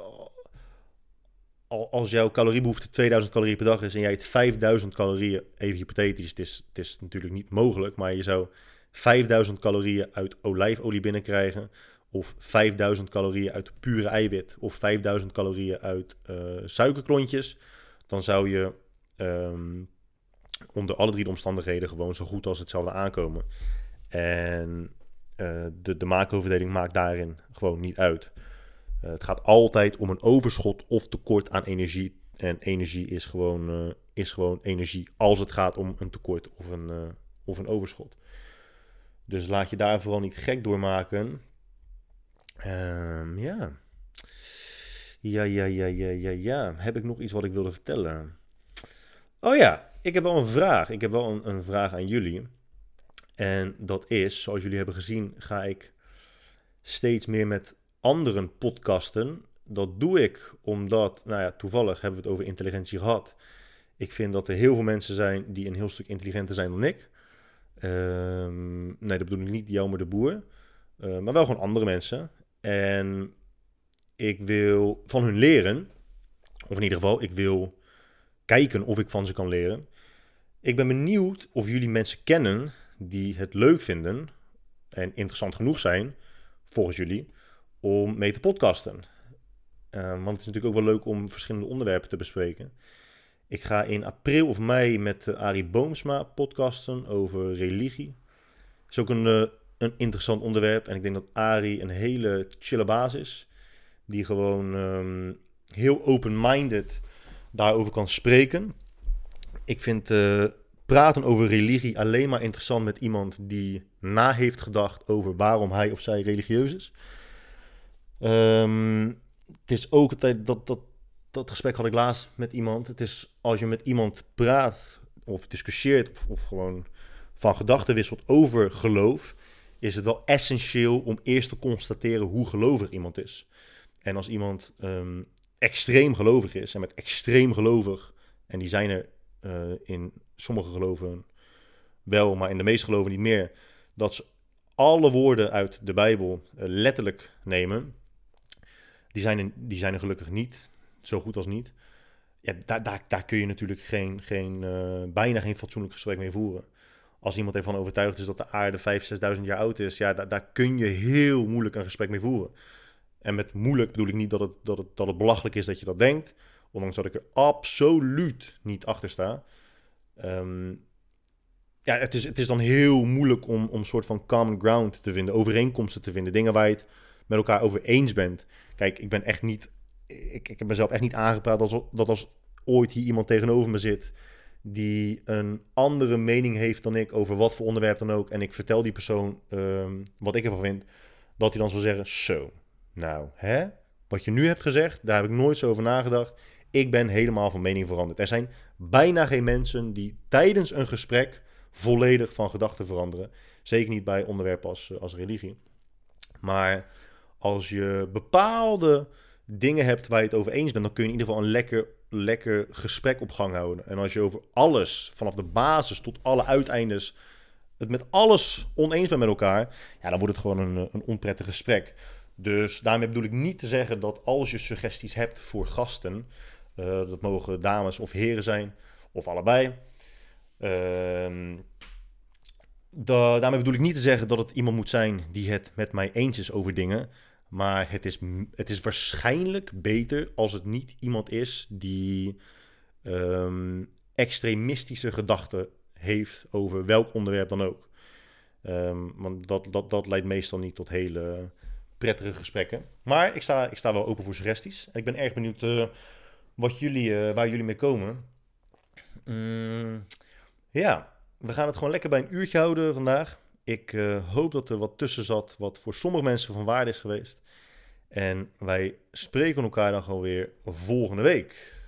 Als jouw caloriebehoefte tweeduizend calorieën per dag is en jij eet vijfduizend calorieën, even hypothetisch, het is, het is natuurlijk niet mogelijk, maar je zou vijfduizend calorieën uit olijfolie binnenkrijgen, of vijfduizend calorieën uit pure eiwit, of vijfduizend calorieën uit uh, suikerklontjes, dan zou je um, onder alle drie de omstandigheden gewoon zo goed als hetzelfde aankomen. En uh, de, de macroverdeling maakt daarin gewoon niet uit. Uh, het gaat altijd om een overschot of tekort aan energie. En energie is gewoon, uh, is gewoon energie als het gaat om een tekort of een, uh, of een overschot. Dus laat je daar vooral niet gek door maken. Um, ja. Ja, ja, ja, ja, ja, ja. Heb ik nog iets wat ik wilde vertellen? Oh ja, ik heb wel een vraag. Ik heb wel een, een vraag aan jullie. En dat is, zoals jullie hebben gezien, ga ik steeds meer met anderen podcasten. Dat doe ik omdat, nou ja, toevallig hebben we het over intelligentie gehad. Ik vind dat er heel veel mensen zijn die een heel stuk intelligenter zijn dan ik. Um, nee, dat bedoel ik niet Jelmer de Boer. Uh, maar wel gewoon andere mensen. En ik wil van hun leren. Of in ieder geval, ik wil kijken of ik van ze kan leren. Ik ben benieuwd of jullie mensen kennen die het leuk vinden en interessant genoeg zijn, volgens jullie, om mee te podcasten. Uh, want het is natuurlijk ook wel leuk om verschillende onderwerpen te bespreken. Ik ga in april of mei met uh, Arie Boomsma podcasten over religie. Dat is ook een, uh, een interessant onderwerp. En ik denk dat Arie een hele chille baas is. Die gewoon um, heel open-minded daarover kan spreken. Ik vind uh, praten over religie alleen maar interessant met iemand die na heeft gedacht over waarom hij of zij religieus is. Um, het is ook altijd, dat, dat, dat gesprek had ik laatst met iemand. Het is als je met iemand praat of discussieert of, of gewoon van gedachten wisselt over geloof, is het wel essentieel om eerst te constateren hoe gelovig iemand is. En als iemand um, extreem gelovig is en met extreem gelovig, en die zijn er uh, in sommige geloven wel, maar in de meeste geloven niet meer, dat ze alle woorden uit de Bijbel uh, letterlijk nemen. Die zijn, er, die zijn er gelukkig niet, zo goed als niet. Ja, daar, daar, daar kun je natuurlijk geen, geen, uh, bijna geen fatsoenlijk gesprek mee voeren. Als iemand ervan overtuigd is dat de aarde vijfduizend, zesduizend jaar oud is, ja, daar, daar kun je heel moeilijk een gesprek mee voeren. En met moeilijk bedoel ik niet dat het, dat, het, dat het belachelijk is dat je dat denkt, ondanks dat ik er absoluut niet achter sta. Um, ja, het is, het is dan heel moeilijk om, om een soort van common ground te vinden, overeenkomsten te vinden, dingen waar je het met elkaar over eens bent. Kijk, ik ben echt niet, ik, ik heb mezelf echt niet aangepraat als, dat als ooit hier iemand tegenover me zit die een andere mening heeft dan ik over wat voor onderwerp dan ook, en ik vertel die persoon um, wat ik ervan vind, dat hij dan zal zeggen, zo, nou, hè? Wat je nu hebt gezegd, daar heb ik nooit zo over nagedacht. Ik ben helemaal van mening veranderd. Er zijn bijna geen mensen die tijdens een gesprek volledig van gedachten veranderen. Zeker niet bij onderwerpen als, als religie. Maar als je bepaalde dingen hebt waar je het over eens bent, dan kun je in ieder geval een lekker, lekker gesprek op gang houden. En als je over alles, vanaf de basis tot alle uiteindes, het met alles oneens bent met elkaar, ja, dan wordt het gewoon een, een onprettig gesprek. Dus daarmee bedoel ik niet te zeggen dat als je suggesties hebt voor gasten, uh, dat mogen dames of heren zijn, of allebei. Uh, da- daarmee bedoel ik niet te zeggen dat het iemand moet zijn die het met mij eens is over dingen. Maar het is, het is waarschijnlijk beter als het niet iemand is die um, extremistische gedachten heeft over welk onderwerp dan ook. Um, want dat, dat, dat leidt meestal niet tot hele prettige gesprekken. Maar ik sta, ik sta wel open voor suggesties. En ik ben erg benieuwd uh, wat jullie, uh, waar jullie mee komen. Um, ja, we gaan het gewoon lekker bij een uurtje houden vandaag. Ik uh, hoop dat er wat tussen zat wat voor sommige mensen van waarde is geweest. En wij spreken elkaar dan gewoon weer volgende week.